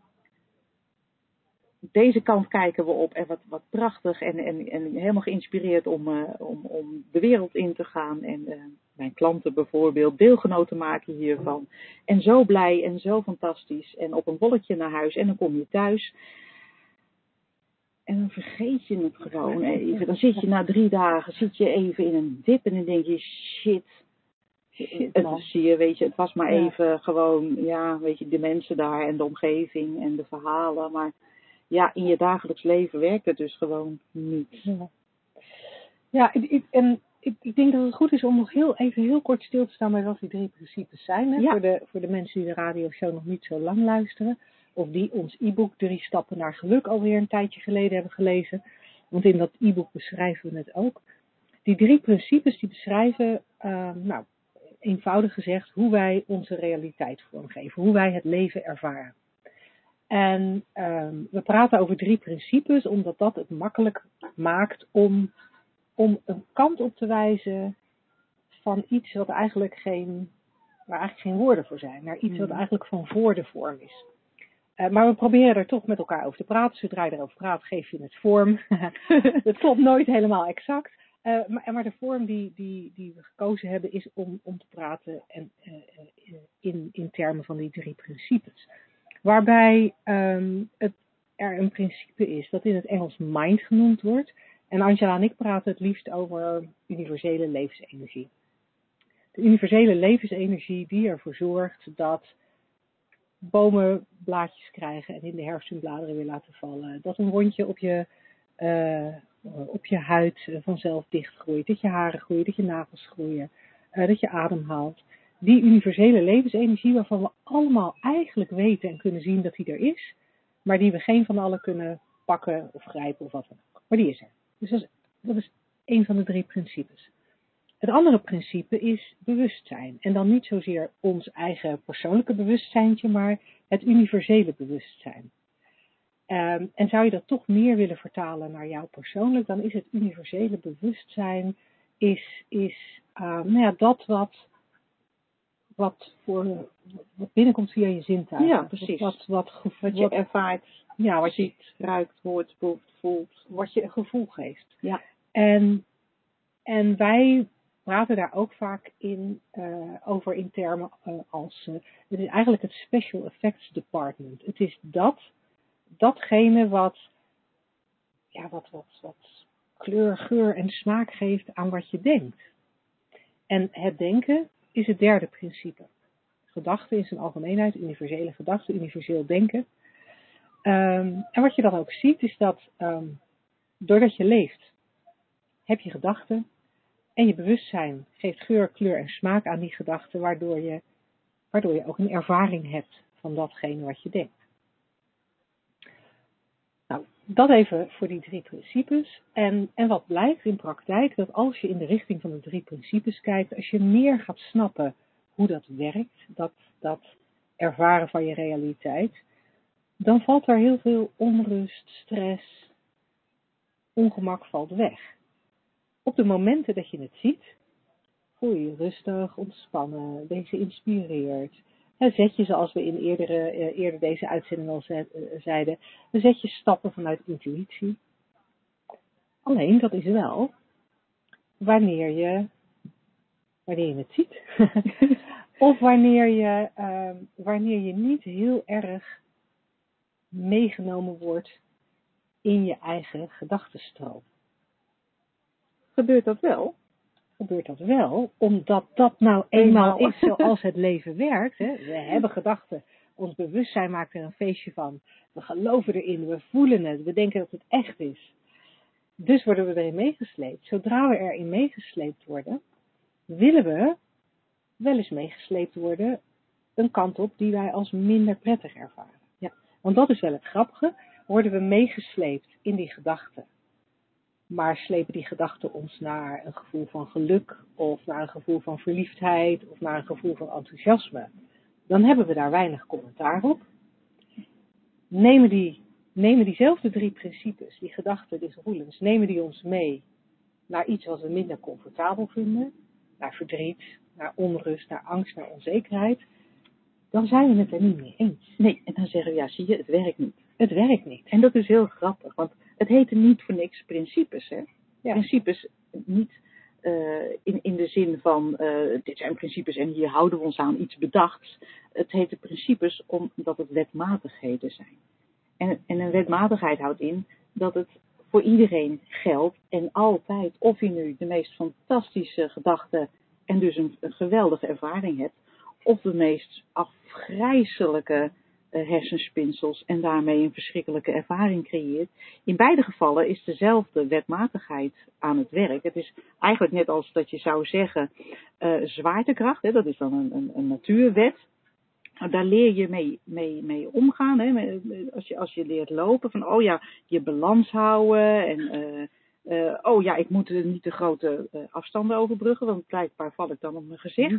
deze kant kijken we op. En wat prachtig. En helemaal geïnspireerd om de wereld in te gaan. En mijn klanten bijvoorbeeld deelgenoot te maken hiervan. En zo blij en zo fantastisch. En op een bolletje naar huis. En dan kom je thuis. En dan vergeet je het gewoon even. Dan zit je na 3 dagen even in een dip. En dan denk je, shit. Het was maar even gewoon, de mensen daar en de omgeving en de verhalen. Maar ja, in je dagelijks leven werkt het dus gewoon niet. Ja, ik denk dat het goed is om nog heel kort stil te staan bij wat die 3 principes zijn. Hè? Ja. Voor de mensen die de radioshow nog niet zo lang luisteren. Of die ons e-book 3 stappen naar geluk alweer een tijdje geleden hebben gelezen. Want in dat e-book beschrijven we het ook. Die 3 principes die beschrijven, eenvoudig gezegd, hoe wij onze realiteit vormgeven. Hoe wij het leven ervaren. En we praten over 3 principes omdat dat het makkelijk maakt om een kant op te wijzen van iets waar eigenlijk geen woorden voor zijn. Naar iets wat eigenlijk van voor de vorm is. Maar we proberen er toch met elkaar over te praten. Zodra je erover praat, geef je het vorm. Het klopt nooit helemaal exact. Maar de vorm die we gekozen hebben is om te praten in termen van die 3 principes. Waarbij er een principe is dat in het Engels mind genoemd wordt. En Angela en ik praten het liefst over universele levensenergie. De universele levensenergie die ervoor zorgt dat bomen blaadjes krijgen en in de herfst hun bladeren weer laten vallen. Dat een wondje op je huid vanzelf dichtgroeit. Dat je haren groeien, dat je nagels groeien. Dat je ademhaalt. Die universele levensenergie waarvan we allemaal eigenlijk weten en kunnen zien dat die er is. Maar die we geen van allen kunnen pakken of grijpen of wat dan ook. Maar die is er. Dus dat is een van de 3 principes. Het andere principe is bewustzijn. En dan niet zozeer ons eigen persoonlijke bewustzijntje, maar het universele bewustzijn. En zou je dat toch meer willen vertalen naar jou persoonlijk, dan is het universele bewustzijn dat wat binnenkomt via je zintuigen. Ja, precies. Wat je ervaart, wat je ziet, ruikt, hoort, proeft, voelt. Wat je een gevoel geeft. Ja. En wij praten daar ook vaak over in termen als... het is eigenlijk het Special Effects Department. Het is datgene wat kleur, geur en smaak geeft aan wat je denkt. En het denken is het 3e principe. Gedachte in zijn algemeenheid, universele gedachte, universeel denken. En wat je dan ook ziet is dat doordat je leeft, heb je gedachten. En je bewustzijn geeft geur, kleur en smaak aan die gedachten, waardoor je ook een ervaring hebt van datgene wat je denkt. Nou, dat even voor die 3 principes. En wat blijkt in praktijk, dat als je in de richting van de 3 principes kijkt, als je meer gaat snappen hoe dat werkt, dat ervaren van je realiteit, dan valt er heel veel onrust, stress, ongemak valt weg. Op de momenten dat je het ziet, voel je je rustig, ontspannen, ben je geïnspireerd. Zet je, zoals we in eerder deze uitzending al zeiden, dan zet je stappen vanuit intuïtie. Alleen, dat is wel wanneer je het ziet. Of wanneer je niet heel erg meegenomen wordt in je eigen gedachtenstroom. Gebeurt dat wel? Gebeurt dat wel, omdat dat nou eenmaal is zoals het leven werkt. Hè? We hebben gedachten, ons bewustzijn maakt er een feestje van. We geloven erin, we voelen het, we denken dat het echt is. Dus worden we erin meegesleept. Zodra we erin meegesleept worden, willen we wel eens meegesleept worden een kant op die wij als minder prettig ervaren. Ja. Want dat is wel het grappige, worden we meegesleept in die gedachten. Maar slepen die gedachten ons naar een gevoel van geluk, of naar een gevoel van verliefdheid, of naar een gevoel van enthousiasme, dan hebben we daar weinig commentaar op. Nemen diezelfde 3 principes, die gedachten, die gevoelens, nemen die ons mee naar iets wat we minder comfortabel vinden, naar verdriet, naar onrust, naar angst, naar onzekerheid, dan zijn we het er niet mee eens. Nee, en dan zeggen we, ja, zie je, het werkt niet. Het werkt niet. En dat is heel grappig, want het heette niet voor niks principes, hè. Ja. Principes niet in de zin van, dit zijn principes en hier houden we ons aan, iets bedachts. Het heette principes omdat het wetmatigheden zijn. En een wetmatigheid houdt in dat het voor iedereen geldt en altijd, of je nu de meest fantastische gedachten en dus een geweldige ervaring hebt, of de meest afgrijselijke hersenspinsels en daarmee een verschrikkelijke ervaring creëert. In beide gevallen is dezelfde wetmatigheid aan het werk. Het is eigenlijk net als dat je zou zeggen zwaartekracht, hè, dat is dan een natuurwet. Daar leer je mee omgaan. Hè? Als je leert lopen, van oh ja, je balans houden en oh ja, ik moet niet te grote afstanden overbruggen, want blijkbaar val ik dan op mijn gezicht.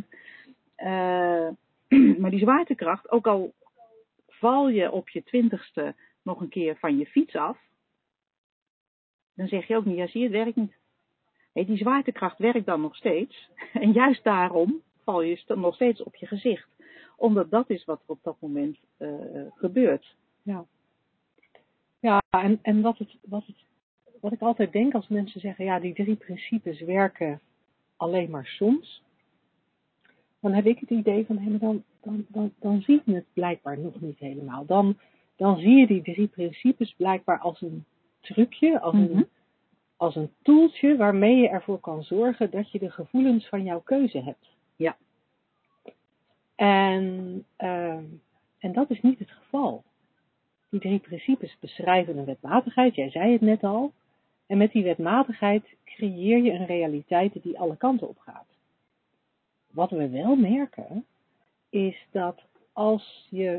Maar die zwaartekracht, ook al val je op je 20ste nog een keer van je fiets af, dan zeg je ook niet, ja zie je, het werkt niet. Hey, die zwaartekracht werkt dan nog steeds. En juist daarom val je nog steeds op je gezicht. Omdat dat is wat er op dat moment gebeurt. Ja, en wat ik altijd denk als mensen zeggen, ja, die 3 principes werken alleen maar soms. Dan heb ik het idee van, dan zie je het blijkbaar nog niet helemaal. Dan zie je die 3 principes blijkbaar als een trucje, als een toeltje waarmee je ervoor kan zorgen dat je de gevoelens van jouw keuze hebt. Ja. En dat is niet het geval. Die 3 principes beschrijven een wetmatigheid, jij zei het net al. En met die wetmatigheid creëer je een realiteit die alle kanten op gaat. Wat we wel merken, is dat als je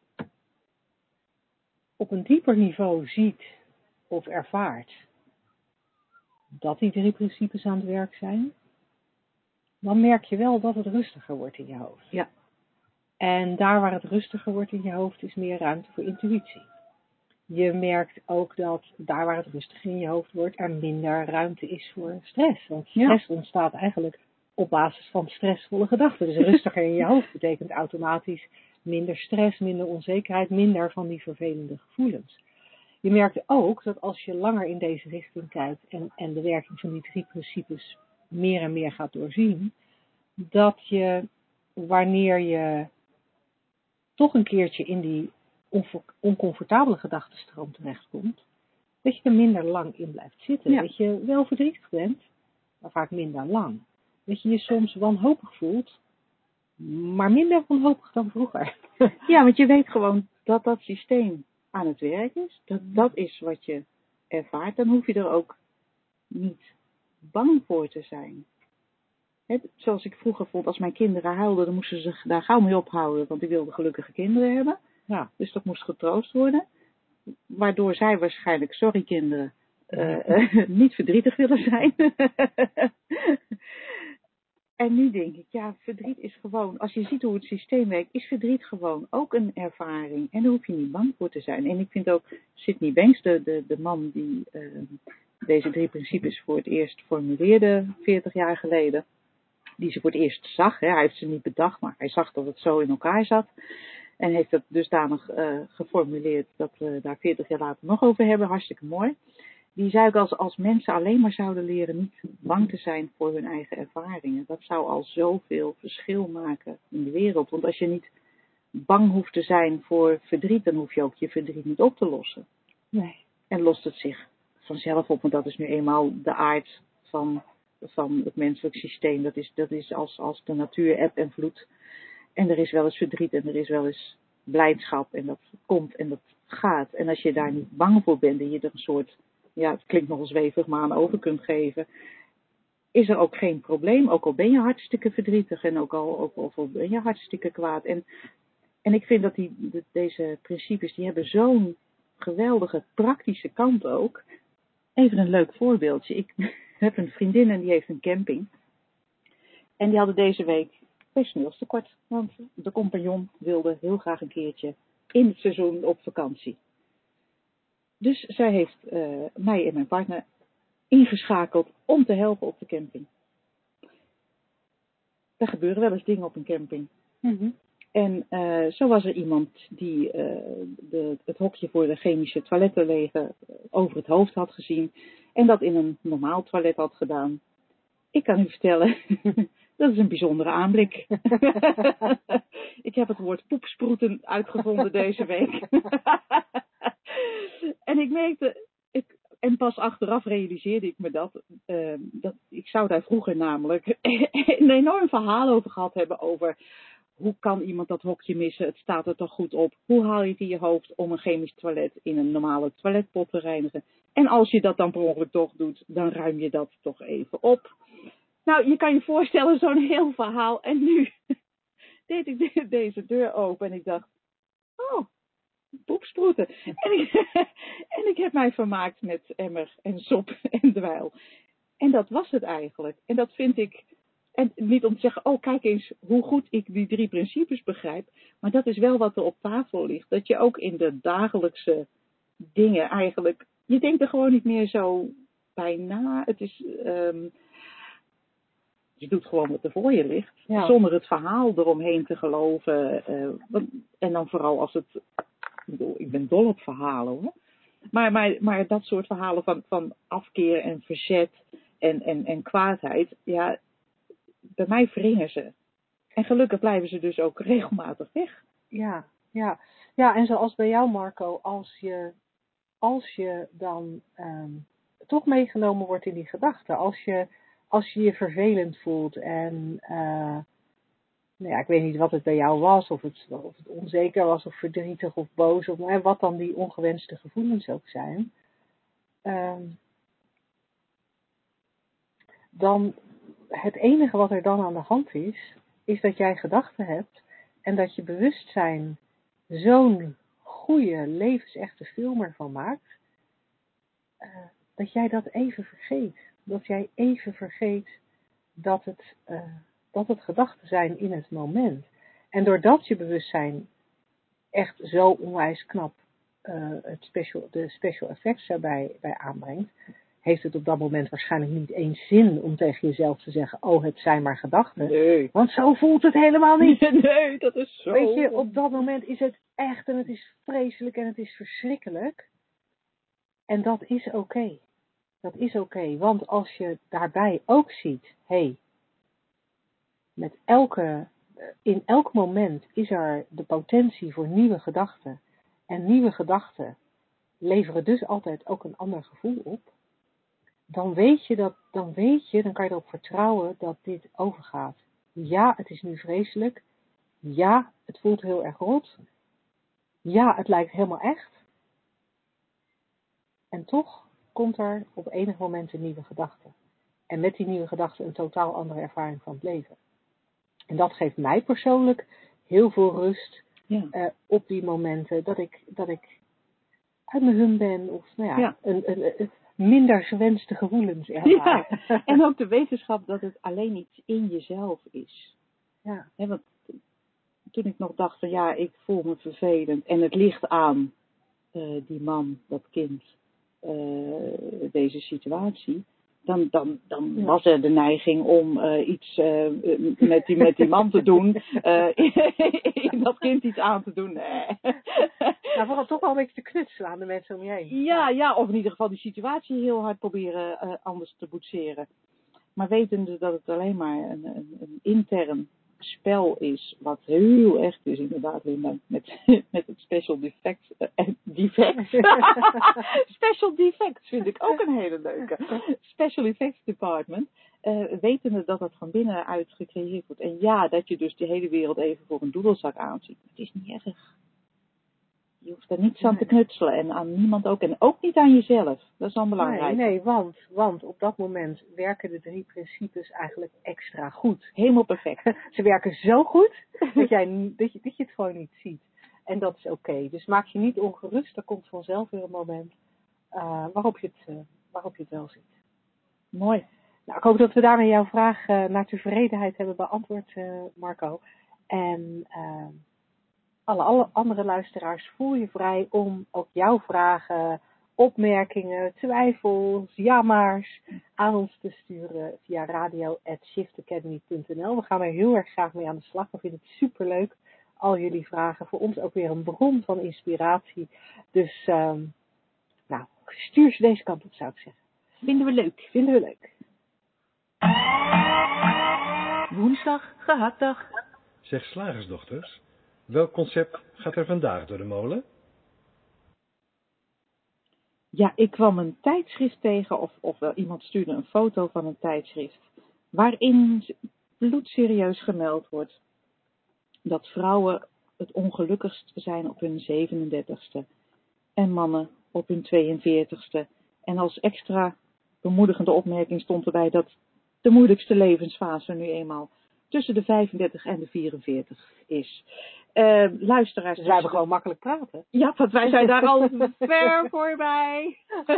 op een dieper niveau ziet of ervaart dat die 3 principes aan het werk zijn, dan merk je wel dat het rustiger wordt in je hoofd. Ja. En daar waar het rustiger wordt in je hoofd, is meer ruimte voor intuïtie. Je merkt ook dat daar waar het rustig in je hoofd wordt, er minder ruimte is voor stress. Want stress ontstaat eigenlijk op basis van stressvolle gedachten. Dus rustiger in je hoofd betekent automatisch minder stress, minder onzekerheid, minder van die vervelende gevoelens. Je merkt ook dat als je langer in deze richting kijkt en de werking van die 3 principes meer en meer gaat doorzien, dat je, wanneer je toch een keertje in die oncomfortabele gedachtenstroom terechtkomt, dat je er minder lang in blijft zitten. Ja. Dat je wel verdrietig bent, maar vaak minder lang. Dat je je soms wanhopig voelt, maar minder wanhopig dan vroeger. Ja, want je weet gewoon dat dat systeem aan het werk is. Dat is wat je ervaart. Dan hoef je er ook niet bang voor te zijn. Zoals ik vroeger vond, als mijn kinderen huilden, dan moesten ze daar gauw mee ophouden. Want ik wilde gelukkige kinderen hebben. Ja. Dus dat moest getroost worden. waardoor zij waarschijnlijk, sorry kinderen, niet verdrietig willen zijn. En nu denk ik, ja, verdriet is gewoon, als je ziet hoe het systeem werkt, is verdriet gewoon ook een ervaring. En daar hoef je niet bang voor te zijn. En ik vind ook Sydney Banks, de man die deze 3 principes voor het eerst formuleerde 40 jaar geleden, die ze voor het eerst zag. Hè. Hij heeft ze niet bedacht, maar hij zag dat het zo in elkaar zat. En heeft dat dusdanig geformuleerd dat we daar 40 jaar later nog over hebben. Hartstikke mooi. Die zei ook als mensen alleen maar zouden leren niet bang te zijn voor hun eigen ervaringen. Dat zou al zoveel verschil maken in de wereld. Want als je niet bang hoeft te zijn voor verdriet, dan hoef je ook je verdriet niet op te lossen. Nee. En lost het zich vanzelf op, want dat is nu eenmaal de aard van het menselijk systeem. Dat is als de natuur eb en vloed. En er is wel eens verdriet en er is wel eens blijdschap. En dat komt en dat gaat. En als je daar niet bang voor bent en je er een soort, ja, het klinkt nogal zweverig, maar aan over kunt geven, is er ook geen probleem. Ook al ben je hartstikke verdrietig en ook al ben je hartstikke kwaad. En ik vind dat deze principes, die hebben zo'n geweldige praktische kant ook. Even een leuk voorbeeldje. Ik heb een vriendin en die heeft een camping. En die hadden deze week personeelstekort. Want de compagnon wilde heel graag een keertje in het seizoen op vakantie. Dus zij heeft mij en mijn partner ingeschakeld om te helpen op de camping. Er gebeuren wel eens dingen op een camping. Mm-hmm. En zo was er iemand die het hokje voor de chemische toiletten legen over het hoofd had gezien. En dat in een normaal toilet had gedaan. Ik kan u vertellen, dat is een bijzondere aanblik. Ik heb het woord poepsproeten uitgevonden deze week. En ik merkte, en pas achteraf realiseerde ik me dat ik zou daar vroeger namelijk een enorm verhaal over gehad hebben over hoe kan iemand dat hokje missen, het staat er toch goed op. Hoe haal je het in je hoofd om een chemisch toilet in een normale toiletpot te reinigen? En als je dat dan per ongeluk toch doet, dan ruim je dat toch even op. Nou, je kan je voorstellen, zo'n heel verhaal. En nu deed ik deze deur open en ik dacht, oh, poepsproeten. En ik heb mij vermaakt met emmer en sop en dweil. En dat was het eigenlijk. En dat vind ik, en niet om te zeggen, oh kijk eens hoe goed ik die 3 principes begrijp. Maar dat is wel wat er op tafel ligt. Dat je ook in de dagelijkse dingen eigenlijk, je denkt er gewoon niet meer zo bij na. Het is, je doet gewoon wat er voor je ligt. Ja. Zonder het verhaal eromheen te geloven. En dan vooral als het, ik ben dol op verhalen hoor. Maar dat soort verhalen van afkeer en verzet en kwaadheid, ja, bij mij wringen ze. En gelukkig blijven ze dus ook regelmatig weg. Ja, en zoals bij jou Marco, als je dan toch meegenomen wordt in die gedachten, als je je vervelend voelt en nou ja, ik weet niet wat het bij jou was, of het onzeker was, of verdrietig, of boos, of wat dan die ongewenste gevoelens ook zijn, dan het enige wat er dan aan de hand is dat jij gedachten hebt en dat je bewustzijn zo'n goede, levensechte film ervan maakt, dat jij dat even vergeet. Dat jij even vergeet dat het gedachten zijn in het moment. En doordat je bewustzijn echt zo onwijs knap de special effects erbij aanbrengt, heeft het op dat moment waarschijnlijk niet eens zin om tegen jezelf te zeggen, oh, het zijn maar gedachten. Nee. Want zo voelt het helemaal niet. Nee, dat is zo. Weet je, op dat moment is het echt en het is vreselijk en het is verschrikkelijk. En dat is oké. Dat is oké, want als je daarbij ook ziet, in elk moment is er de potentie voor nieuwe gedachten. En nieuwe gedachten leveren dus altijd ook een ander gevoel op. Dan kan je erop vertrouwen dat dit overgaat. Ja, het is nu vreselijk. Ja, het voelt heel erg rot. Ja, het lijkt helemaal echt. En toch komt er op enig moment een nieuwe gedachte. En met die nieuwe gedachte een totaal andere ervaring van het leven. En dat geeft mij persoonlijk heel veel rust op die momenten dat ik uit mijn hum ben. Of Ja. een minder gewenste gevoelens ervaren. Ja, en ook de wetenschap dat het alleen iets in jezelf is. Ja. Want toen ik nog dacht van ik voel me vervelend en het ligt aan die man, dat kind, deze situatie, dan was er de neiging om iets met die man te doen, dat kind iets aan te doen. Nou, vooral toch wel een beetje te knutselen aan de mensen om je heen. Ja, of in ieder geval die situatie heel hard proberen anders te boetseren. Maar wetende dat het alleen maar een intern spel is, wat heel echt is inderdaad, Linda, met het special defects. Special defects vind ik ook een hele leuke. Special effects department. Wetende dat het van binnenuit gecreëerd wordt. En dat je dus de hele wereld even voor een doedelzak aanziet. Het is niet erg. Je hoeft er niets aan te knutselen en aan niemand ook. En ook niet aan jezelf. Dat is dan belangrijk. Nee, want op dat moment werken de 3 principes eigenlijk extra goed. Helemaal perfect. Ze werken zo goed dat je het gewoon niet ziet. En dat is oké. Dus maak je niet ongerust. Er komt vanzelf weer een moment waarop je het wel ziet. Mooi. Nou, ik hoop dat we daarmee jouw vraag naar tevredenheid hebben beantwoord, Marco. En alle andere luisteraars, voel je vrij om ook jouw vragen, opmerkingen, twijfels, jammers aan ons te sturen via radio@shiftacademy.nl. We gaan er heel erg graag mee aan de slag. We vinden het superleuk, al jullie vragen. Voor ons ook weer een bron van inspiratie. Dus stuur ze deze kant op, zou ik zeggen. Vinden we leuk. Woensdag, gehaktdag. Zeg slagersdochters, welk concept gaat er vandaag door de molen? Ja, ik kwam een tijdschrift tegen, of iemand stuurde een foto van een tijdschrift, waarin bloedserieus gemeld wordt dat vrouwen het ongelukkigst zijn op hun 37ste en mannen op hun 42ste. En als extra bemoedigende opmerking stond erbij dat de moeilijkste levensfase nu eenmaal tussen de 35 en de 44 is. Luisteraars. Dus wij hebben gewoon makkelijk praten. Ja, want wij zijn daar al ver voorbij.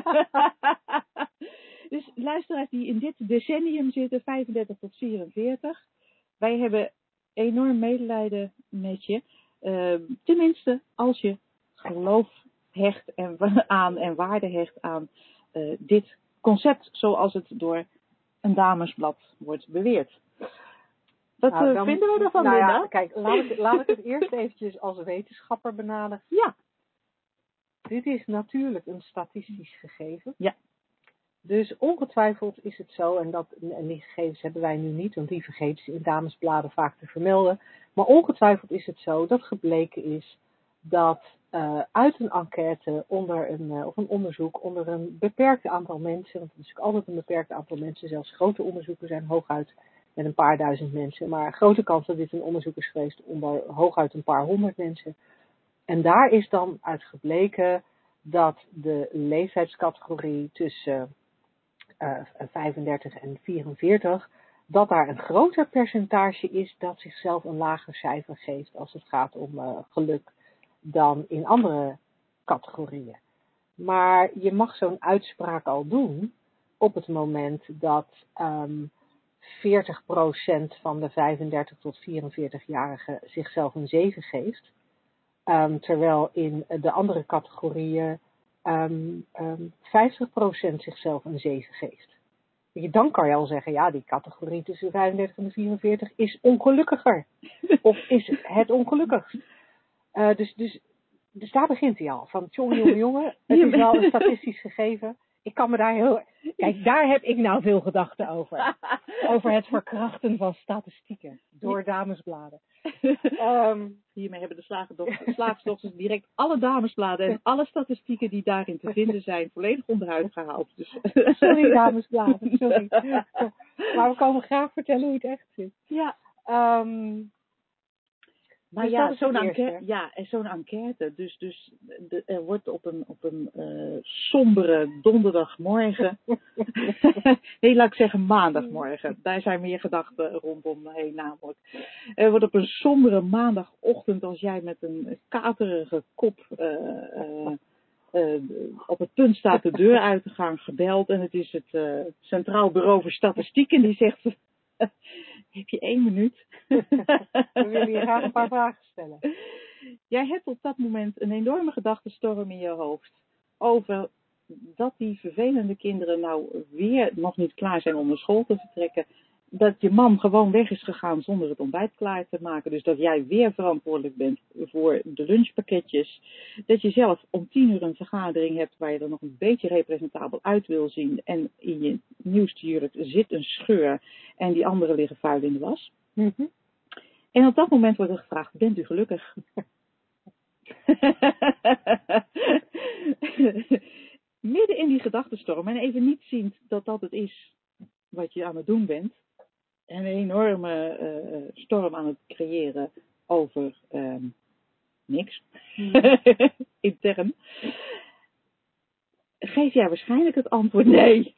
Dus luisteraars die in dit decennium zitten, 35 tot 44. Wij hebben enorm medelijden met je. Tenminste, als je geloof hecht aan en waarde hecht aan dit concept, zoals het door een damesblad wordt beweerd. Wat vinden we ervan, Linda? Ja, kijk, laat ik het eerst eventjes als wetenschapper benaderen. Ja. Dit is natuurlijk een statistisch gegeven. Ja. Dus ongetwijfeld is het zo, en die gegevens hebben wij nu niet, want die vergeten ze in damesbladen vaak te vermelden. Maar ongetwijfeld is het zo dat gebleken is dat uit een enquête of een onderzoek onder een beperkt aantal mensen, want het is ook altijd een beperkt aantal mensen, zelfs grote onderzoeken zijn hooguit met een paar duizend mensen, maar grote kans dat dit een onderzoek is geweest onder hooguit een paar honderd mensen. En daar is dan uit gebleken dat de leeftijdscategorie tussen 35 en 44, dat daar een groter percentage is dat zichzelf een lager cijfer geeft als het gaat om geluk dan in andere categorieën. Maar je mag zo'n uitspraak al doen op het moment dat 40% van de 35 tot 44-jarigen zichzelf een 7 geeft. Terwijl in de andere categorieën 50% zichzelf een 7 geeft. Dan kan je al zeggen, ja, die categorie tussen de 35 en de 44 is ongelukkiger. Of is het ongelukkigst. Dus daar begint hij al. Van jongen, het is wel een statistisch gegeven. Ik kan me daar Kijk, daar heb ik nou veel gedachten over. Over het verkrachten van statistieken. Door damesbladen. Hiermee hebben de slagersdochters direct alle damesbladen en alle statistieken die daarin te vinden zijn volledig onderuit gehaald. Dus. Sorry damesbladen, sorry. Maar we komen graag vertellen hoe het echt zit. Ja. Maar dus ja, zo'n enquête. Dus er wordt op een sombere donderdagmorgen. Nee, laat ik zeggen maandagmorgen. Daar zijn meer gedachten rondom heen namelijk. Er wordt op een sombere maandagochtend, als jij met een katerige kop op het punt staat de deur uit te gaan, gebeld. En het is het Centraal Bureau voor Statistiek. En die zegt, heb je 1 minuut? We willen je graag een paar vragen stellen. Jij hebt op dat moment een enorme gedachtenstorm in je hoofd. Over dat die vervelende kinderen nou weer nog niet klaar zijn om naar school te vertrekken. Dat je man gewoon weg is gegaan zonder het ontbijt klaar te maken. Dus dat jij weer verantwoordelijk bent voor de lunchpakketjes. Dat je zelf om 10:00 een vergadering hebt waar je er nog een beetje representabel uit wil zien. En in je nieuwste jurk zit een scheur en die anderen liggen vuil in de was. Mm-hmm. En op dat moment wordt er gevraagd, bent u gelukkig? Midden in die gedachtenstorm en even niet ziend dat dat het is wat je aan het doen bent. Een enorme storm aan het creëren over niks. Intern. Geef jij waarschijnlijk het antwoord nee.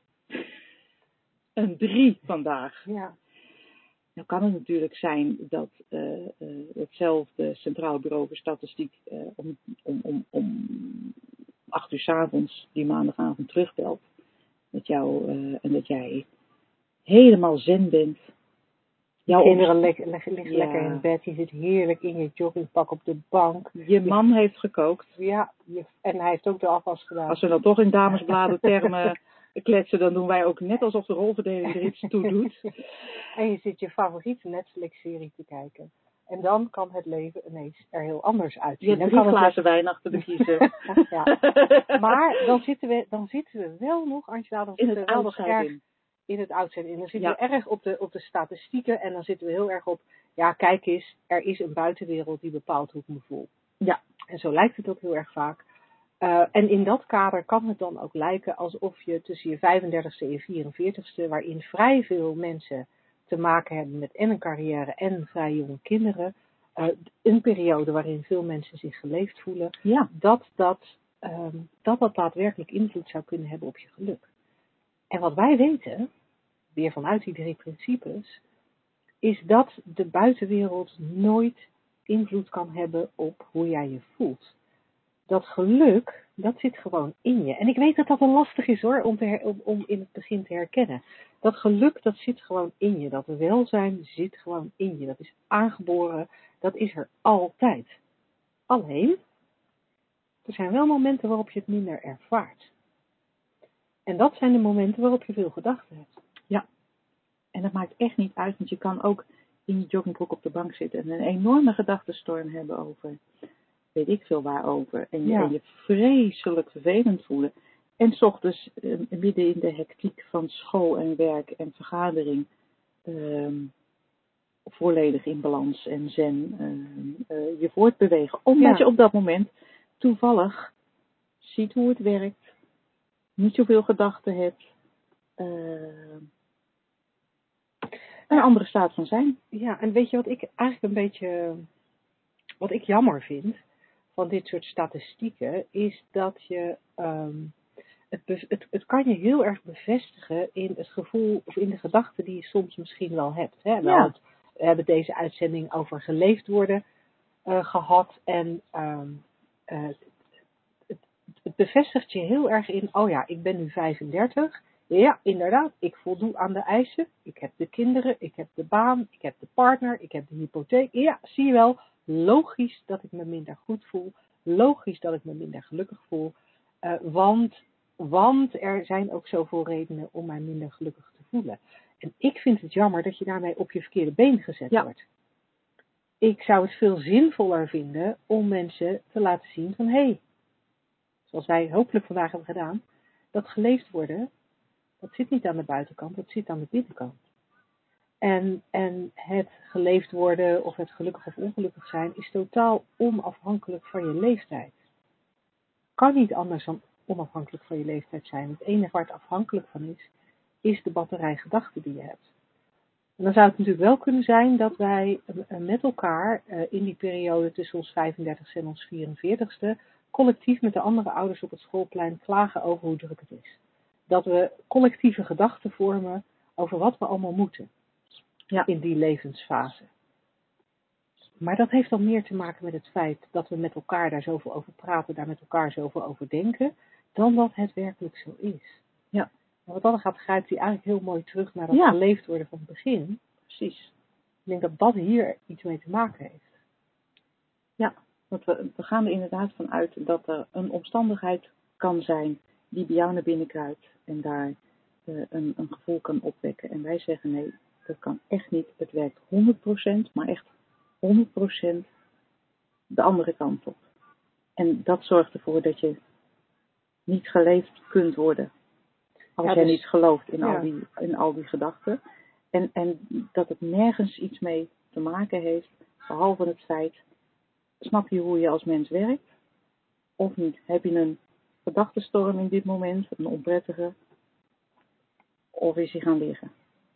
Een 3 vandaag. Ja. Nou kan het natuurlijk zijn dat hetzelfde Centraal Bureau voor Statistiek om 8:00 's avonds die maandagavond terugbelt met jou en dat jij helemaal zen bent. Jouw kinderen liggen lekker in bed, je zit heerlijk in je joggingpak op de bank. Je man heeft gekookt. Ja, en hij heeft ook de afwas gedaan. Als we dan toch in damesbladen termen kletsen, dan doen wij ook net alsof de rolverdeling er iets toe doet. En je zit je favoriete Netflix-serie te kijken. En dan kan het leven ineens er heel anders uitzien. Je hebt 3 glazen wijn achter de kiezen. Ja. Maar dan zitten we wel nog, Angela, dan in zitten het we wel nog erg in. In het uitzending. En dan zitten we erg op de statistieken en dan zitten we heel erg op, ja kijk eens, er is een buitenwereld die bepaalt hoe ik me voel. Ja. En zo lijkt het ook heel erg vaak. En in dat kader kan het dan ook lijken alsof je tussen je 35ste en je 44ste, waarin vrij veel mensen te maken hebben met en een carrière en vrij jonge kinderen, een periode waarin veel mensen zich geleefd voelen, dat daadwerkelijk invloed zou kunnen hebben op je geluk. En wat wij weten, weer vanuit die 3 principes, is dat de buitenwereld nooit invloed kan hebben op hoe jij je voelt. Dat geluk, dat zit gewoon in je. En ik weet dat dat wel lastig is hoor, om in het begin te herkennen. Dat geluk, dat zit gewoon in je. Dat welzijn zit gewoon in je. Dat is aangeboren, dat is er altijd. Alleen, er zijn wel momenten waarop je het minder ervaart. En dat zijn de momenten waarop je veel gedachten hebt. Ja, en dat maakt echt niet uit, want je kan ook in je joggingbroek op de bank zitten en een enorme gedachtenstorm hebben over, weet ik veel waarover. En je vreselijk vervelend voelen. En 's ochtends midden in de hectiek van school en werk en vergadering volledig in balans en zen je voortbewegen. Omdat je op dat moment toevallig ziet hoe het werkt, niet zoveel gedachten hebt, een andere staat van zijn. Ja, en weet je wat ik eigenlijk een beetje, wat ik jammer vind van dit soort statistieken, is dat je, het kan je heel erg bevestigen in het gevoel of in de gedachten die je soms misschien wel hebt. Hè? We hebben deze uitzending over geleefd worden gehad en het bevestigt je heel erg in, oh ja, ik ben nu 35. Ja, inderdaad, ik voldoe aan de eisen. Ik heb de kinderen, ik heb de baan, ik heb de partner, ik heb de hypotheek. Ja, zie je wel, logisch dat ik me minder goed voel. Logisch dat ik me minder gelukkig voel. Want er zijn ook zoveel redenen om mij minder gelukkig te voelen. En ik vind het jammer dat je daarmee op je verkeerde been gezet wordt. Ik zou het veel zinvoller vinden om mensen te laten zien van, hé, zoals wij hopelijk vandaag hebben gedaan, dat geleefd worden, dat zit niet aan de buitenkant, dat zit aan de binnenkant. En het geleefd worden of het gelukkig of ongelukkig zijn is totaal onafhankelijk van je leeftijd. Kan niet anders dan onafhankelijk van je leeftijd zijn. Het enige waar het afhankelijk van is de batterij gedachten die je hebt. En dan zou het natuurlijk wel kunnen zijn dat wij met elkaar in die periode tussen ons 35ste en ons 44ste collectief met de andere ouders op het schoolplein klagen over hoe druk het is. Dat we collectieve gedachten vormen over wat we allemaal moeten in die levensfase. Maar dat heeft dan meer te maken met het feit dat we met elkaar daar zoveel over praten, daar met elkaar zoveel over denken, dan dat het werkelijk zo is. Ja. En wat dan gaat, grijpt hij eigenlijk heel mooi terug naar dat geleefd worden van het begin. Precies. Ik denk dat dat hier iets mee te maken heeft. Ja, want we gaan er inderdaad van uit dat er een omstandigheid kan zijn die bij jou naar binnen kruipt en daar een gevoel kan opwekken. En wij zeggen nee, dat kan echt niet. Het werkt 100%, maar echt 100% de andere kant op. En dat zorgt ervoor dat je niet geleefd kunt worden. Als jij niet gelooft in al die gedachten. En dat het nergens iets mee te maken heeft, behalve het feit, snap je hoe je als mens werkt? Of niet? Heb je een gedachtenstorm in dit moment, een onprettige? Of is hij gaan liggen?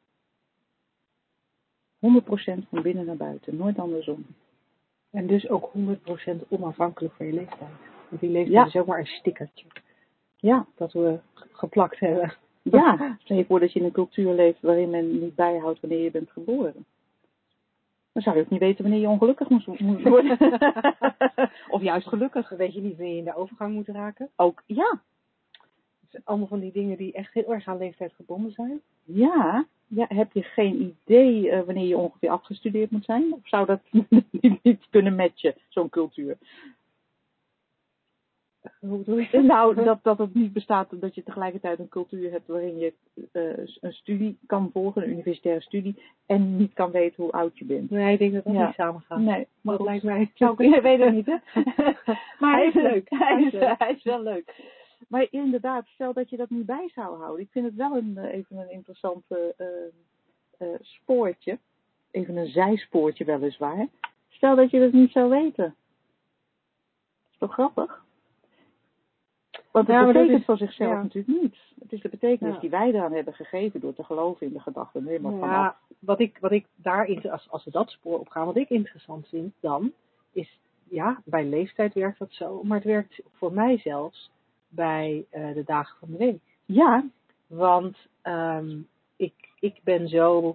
100% van binnen naar buiten, nooit andersom. En dus ook 100% onafhankelijk van je leeftijd. Want die leeftijd is ook maar een stickertje. Ja. Dat we geplakt hebben. Ja, stel je voor dat je in een cultuur leeft waarin men niet bijhoudt wanneer je bent geboren. Dan zou je ook niet weten wanneer je ongelukkig moet worden. Of juist gelukkig. Dan weet je niet wanneer je in de overgang moet raken. Ook, ja. Het zijn allemaal van die dingen die echt heel erg aan leeftijd gebonden zijn. Ja, heb je geen idee wanneer je ongeveer afgestudeerd moet zijn? Of zou dat niet kunnen matchen, zo'n cultuur? Hoe bedoel je? Nou, dat het niet bestaat dat je tegelijkertijd een cultuur hebt waarin je een studie kan volgen, een universitaire studie, en niet kan weten hoe oud je bent. Nee, ik denk dat dat niet samen gaat. Nee, maar dat lijkt mij... Je weet het niet, hè? Maar hij is leuk. Hij is wel leuk. Maar inderdaad, stel dat je dat niet bij zou houden. Ik vind het wel even een interessant spoortje. Even een zijspoortje weliswaar. Stel dat je dat niet zou weten. Dat is toch grappig? Want het betekent voor zichzelf natuurlijk niets. Het is de betekenis die wij eraan hebben gegeven door te geloven in de gedachten. Helemaal vanaf. Wat ik daarin, als we dat spoor opgaan, wat ik interessant vind dan, is, bij leeftijd werkt dat zo, maar het werkt voor mij zelfs bij de dagen van de week. Ja. Want ik ben zo,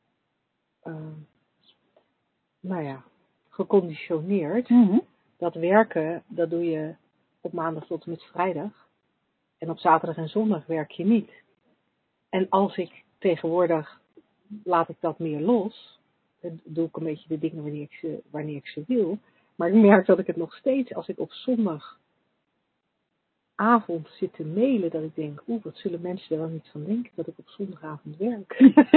geconditioneerd. Mm-hmm. Dat werken, dat doe je op maandag tot en met vrijdag. En op zaterdag en zondag werk je niet. En als ik tegenwoordig, laat ik dat meer los. Dan doe ik een beetje de dingen wanneer ik ze wil. Maar ik merk dat ik het nog steeds, als ik op zondagavond zit te mailen, dat ik denk, wat zullen mensen er wel niet van denken dat ik op zondagavond werk.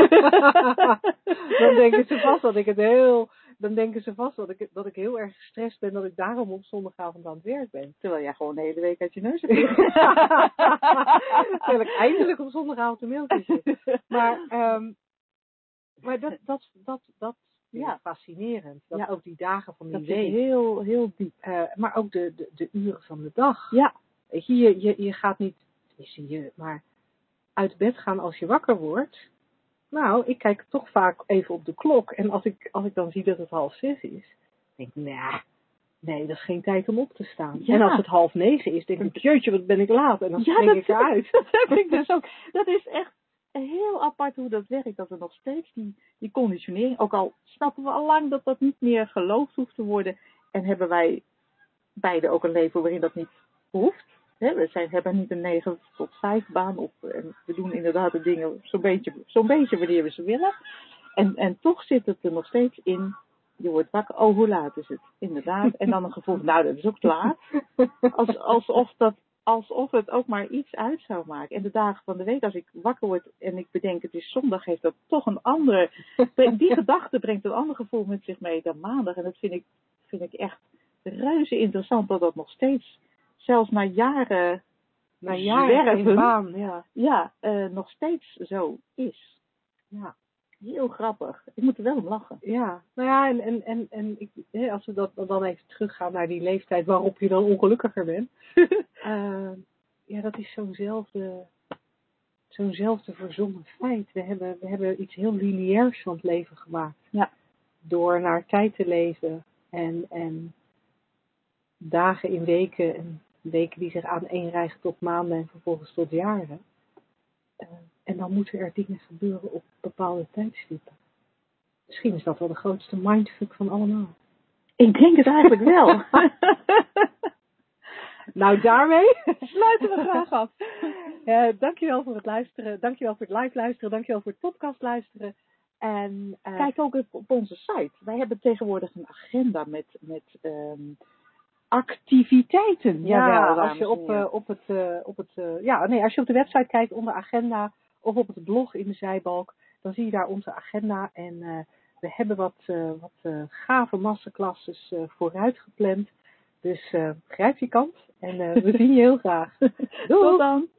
Dan denken ze vast dat ik heel erg gestrest ben, dat ik daarom op zondagavond aan het werk ben. Terwijl jij gewoon de hele week uit je neus hebt. Terwijl ik eindelijk op zondagavond een mailtje zit. Maar dat is fascinerend. Dat ook die dagen van die week. Heel, heel diep. Maar ook de uren van de dag. Ja. Weet je gaat niet, maar uit bed gaan als je wakker wordt. Nou, ik kijk toch vaak even op de klok. En als ik dan zie dat het 6:30 is, denk ik, nee, dat is geen tijd om op te staan. Ja. En als het 8:30 is, denk ik, jeetje, wat ben ik laat. En dan spring ik eruit. Dat heb ik dus ook. Dat is echt heel apart hoe dat werkt. Dat er nog steeds die conditionering, ook al snappen we al lang dat dat niet meer geloofd hoeft te worden. En hebben wij beide ook een leven waarin dat niet hoeft. We hebben niet een 9 tot 5 baan op. En we doen inderdaad de dingen zo'n beetje wanneer we ze willen. En toch zit het er nog steeds in. Je wordt wakker. Oh, hoe laat is het? Inderdaad. En dan een gevoel van, dat is ook te laat. Alsof het ook maar iets uit zou maken. En de dagen van de week, als ik wakker word en ik bedenk het is zondag, heeft dat toch een andere... Die gedachte brengt een ander gevoel met zich mee dan maandag. En dat vind ik echt reuze interessant dat dat nog steeds, zelfs na jaren zwerven, baan, nog steeds zo is. Ja. Heel grappig. Ik moet er wel om lachen. Ja, nou ja, en als we dan even teruggaan naar die leeftijd waarop je dan ongelukkiger bent. Dat is zo'nzelfde verzonnen feit. We hebben iets heel lineairs van het leven gemaakt. Ja. Door naar tijd te leven en dagen in weken en weken die zich aaneenrijgen tot maanden en vervolgens tot jaren. En dan moeten er dingen gebeuren op bepaalde tijdstippen. Misschien is dat wel de grootste mindfuck van allemaal. Ik denk het eigenlijk wel. Nou, daarmee sluiten we graag af. Dankjewel voor het luisteren. Dankjewel voor het live luisteren. Dankjewel voor het podcast luisteren. En Kijk ook even op onze site. Wij hebben tegenwoordig een agenda met activiteiten. ja, als je als je op de website kijkt onder agenda of op het blog in de zijbalk, dan zie je daar onze agenda. En we hebben wat gave masterclasses vooruit gepland. Dus grijp je kans en we zien je heel graag. Doei! Tot dan!